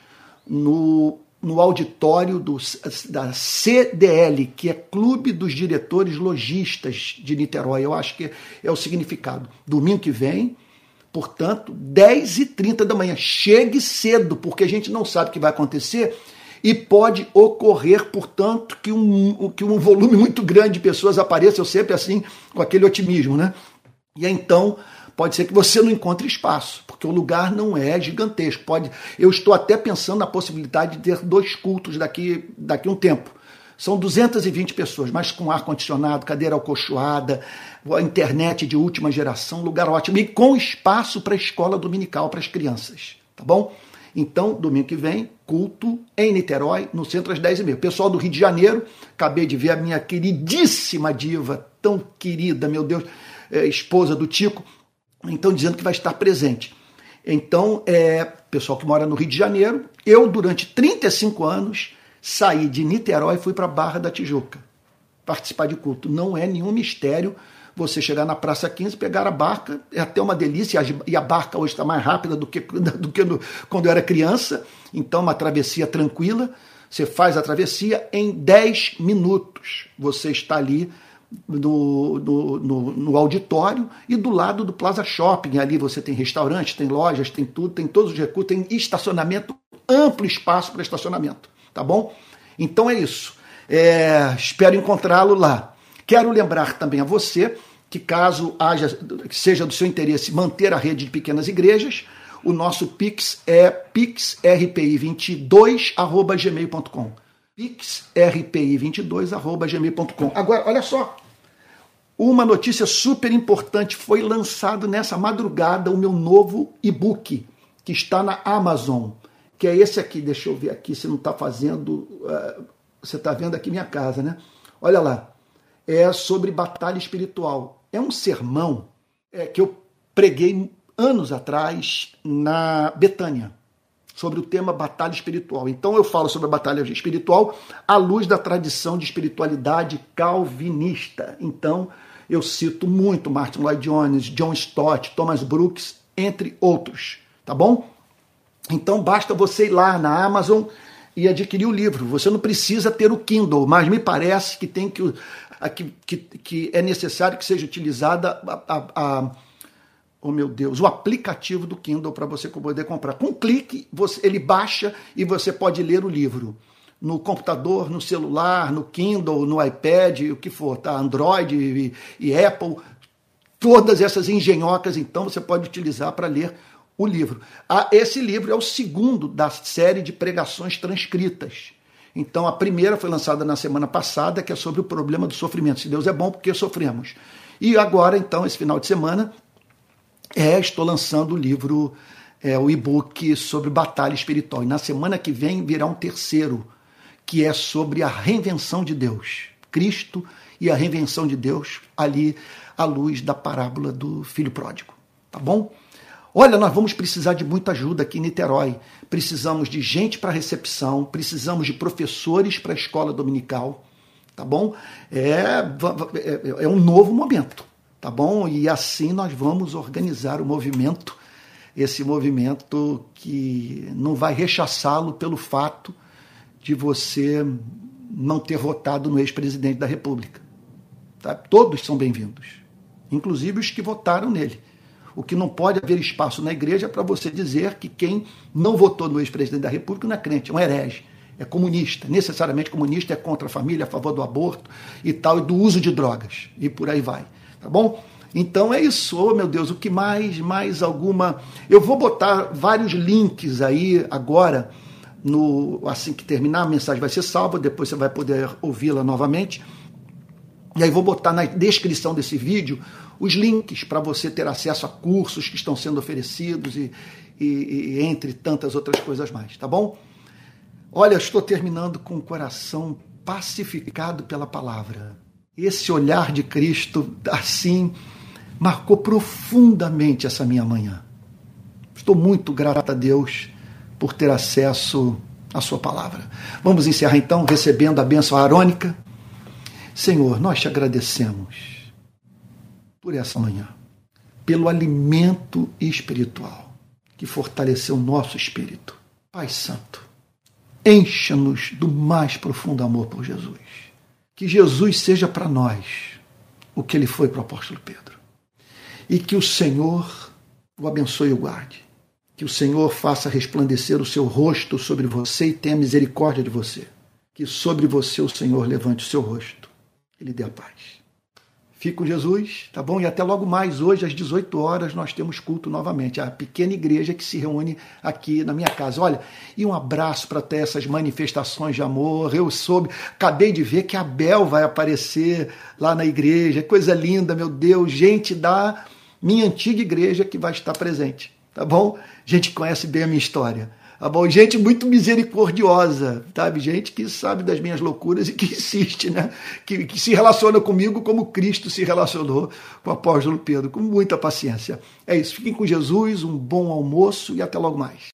no auditório da CDL, que é Clube dos Diretores Logistas de Niterói. Eu acho que é o significado. Domingo que vem, portanto, 10h30 da manhã. Chegue cedo, porque a gente não sabe o que vai acontecer e pode ocorrer, portanto, que um volume muito grande de pessoas apareça. Eu sempre assim, com aquele otimismo, né? E então, pode ser que você não encontre espaço, porque o lugar não é gigantesco. Eu estou até pensando na possibilidade de ter 2 cultos daqui a um tempo. São 220 pessoas, mas com ar-condicionado, cadeira acolchoada, a internet de última geração, lugar ótimo, e com espaço para a escola dominical para as crianças, tá bom? Então, domingo que vem, culto em Niterói, no centro às 10h30. Pessoal do Rio de Janeiro, acabei de ver a minha queridíssima diva, tão querida, meu Deus, esposa do Tico, então dizendo que vai estar presente. Então, pessoal que mora no Rio de Janeiro, eu durante 35 anos saí de Niterói e fui para a Barra da Tijuca participar de culto. Não é nenhum mistério você chegar na Praça 15, pegar a barca, é até uma delícia, e a barca hoje está mais rápida do que quando eu era criança, então uma travessia tranquila, você faz a travessia em 10 minutos, você está ali no auditório e do lado do Plaza Shopping, ali você tem restaurantes, tem lojas, tem tudo, tem todos os recursos, tem estacionamento, amplo espaço para estacionamento, tá bom? Então é isso, espero encontrá-lo lá. Quero lembrar também a você que caso seja do seu interesse manter a rede de pequenas igrejas, o nosso Pix é pixrpi22@gmail.com. pixrpi22@gmail.com. Agora, olha só, uma notícia super importante, foi lançado nessa madrugada o meu novo e-book, que está na Amazon, que é esse aqui, deixa eu ver aqui se não está fazendo, você está vendo aqui minha casa, né? Olha lá, é sobre batalha espiritual. É um sermão que eu preguei anos atrás na Betânia. sobre o tema batalha espiritual. Então eu falo sobre a batalha espiritual à luz da tradição de espiritualidade calvinista. Então eu cito muito Martin Lloyd Jones, John Stott, Thomas Brooks, entre outros, tá bom? Então basta você ir lá na Amazon e adquirir o livro. Você não precisa ter o Kindle, mas me parece que tem que é necessário que seja utilizada oh meu Deus, o aplicativo do Kindle para você poder comprar. Com um clique, ele baixa e você pode ler o livro. No computador, no celular, no Kindle, no iPad, o que for, tá? Android e Apple, todas essas engenhocas, então, você pode utilizar para ler o livro. Esse livro é o segundo da série de pregações transcritas. Então, a primeira foi lançada na semana passada, que é sobre o problema do sofrimento. Se Deus é bom, porque sofremos. E agora, então, esse final de semana, estou lançando o livro, o e-book sobre batalha espiritual. E na semana que vem virá um terceiro, que é sobre a reinvenção de Deus. Cristo e a reinvenção de Deus, ali à luz da parábola do filho pródigo. Tá bom? Olha, nós vamos precisar de muita ajuda aqui em Niterói. Precisamos de gente para recepção, precisamos de professores para a escola dominical, tá bom? É um novo momento, tá bom? E assim nós vamos organizar o movimento, esse movimento que não vai rechaçá-lo pelo fato de você não ter votado no ex-presidente da República. Tá? Todos são bem-vindos, inclusive os que votaram nele. O que não pode haver espaço na igreja é para você dizer que quem não votou no ex-presidente da República não é crente, é um herege, é comunista, necessariamente comunista, é contra a família, a favor do aborto e tal, e do uso de drogas, e por aí vai, tá bom? Então é isso, oh meu Deus, o que mais alguma... Eu vou botar vários links aí agora, assim que terminar, a mensagem vai ser salva, depois você vai poder ouvi-la novamente, e aí vou botar na descrição desse vídeo os links para você ter acesso a cursos que estão sendo oferecidos e entre tantas outras coisas mais, tá bom? Olha, estou terminando com o coração pacificado pela palavra. Esse olhar de Cristo, assim, marcou profundamente essa minha manhã. Estou muito grato a Deus por ter acesso à sua palavra. Vamos encerrar então recebendo a bênção arônica. Senhor, nós te agradecemos por essa manhã, pelo alimento espiritual que fortaleceu o nosso espírito. Pai Santo, encha-nos do mais profundo amor por Jesus. Que Jesus seja para nós o que ele foi para o apóstolo Pedro. E que o Senhor o abençoe e o guarde. Que o Senhor faça resplandecer o seu rosto sobre você e tenha misericórdia de você. Que sobre você o Senhor levante o seu rosto e lhe dê a paz. Fique com Jesus, tá bom? E até logo mais, hoje às 18 horas nós temos culto novamente, a pequena igreja que se reúne aqui na minha casa. Olha, e um abraço para ter essas manifestações de amor. Eu acabei de ver que a Bel vai aparecer lá na igreja, coisa linda, meu Deus, gente da minha antiga igreja que vai estar presente, tá bom? Gente que conhece bem a minha história. Tá bom? Gente muito misericordiosa, sabe? Gente que sabe das minhas loucuras e que insiste, né? Que se relaciona comigo como Cristo se relacionou com o apóstolo Pedro, com muita paciência. É isso, fiquem com Jesus, um bom almoço e até logo mais.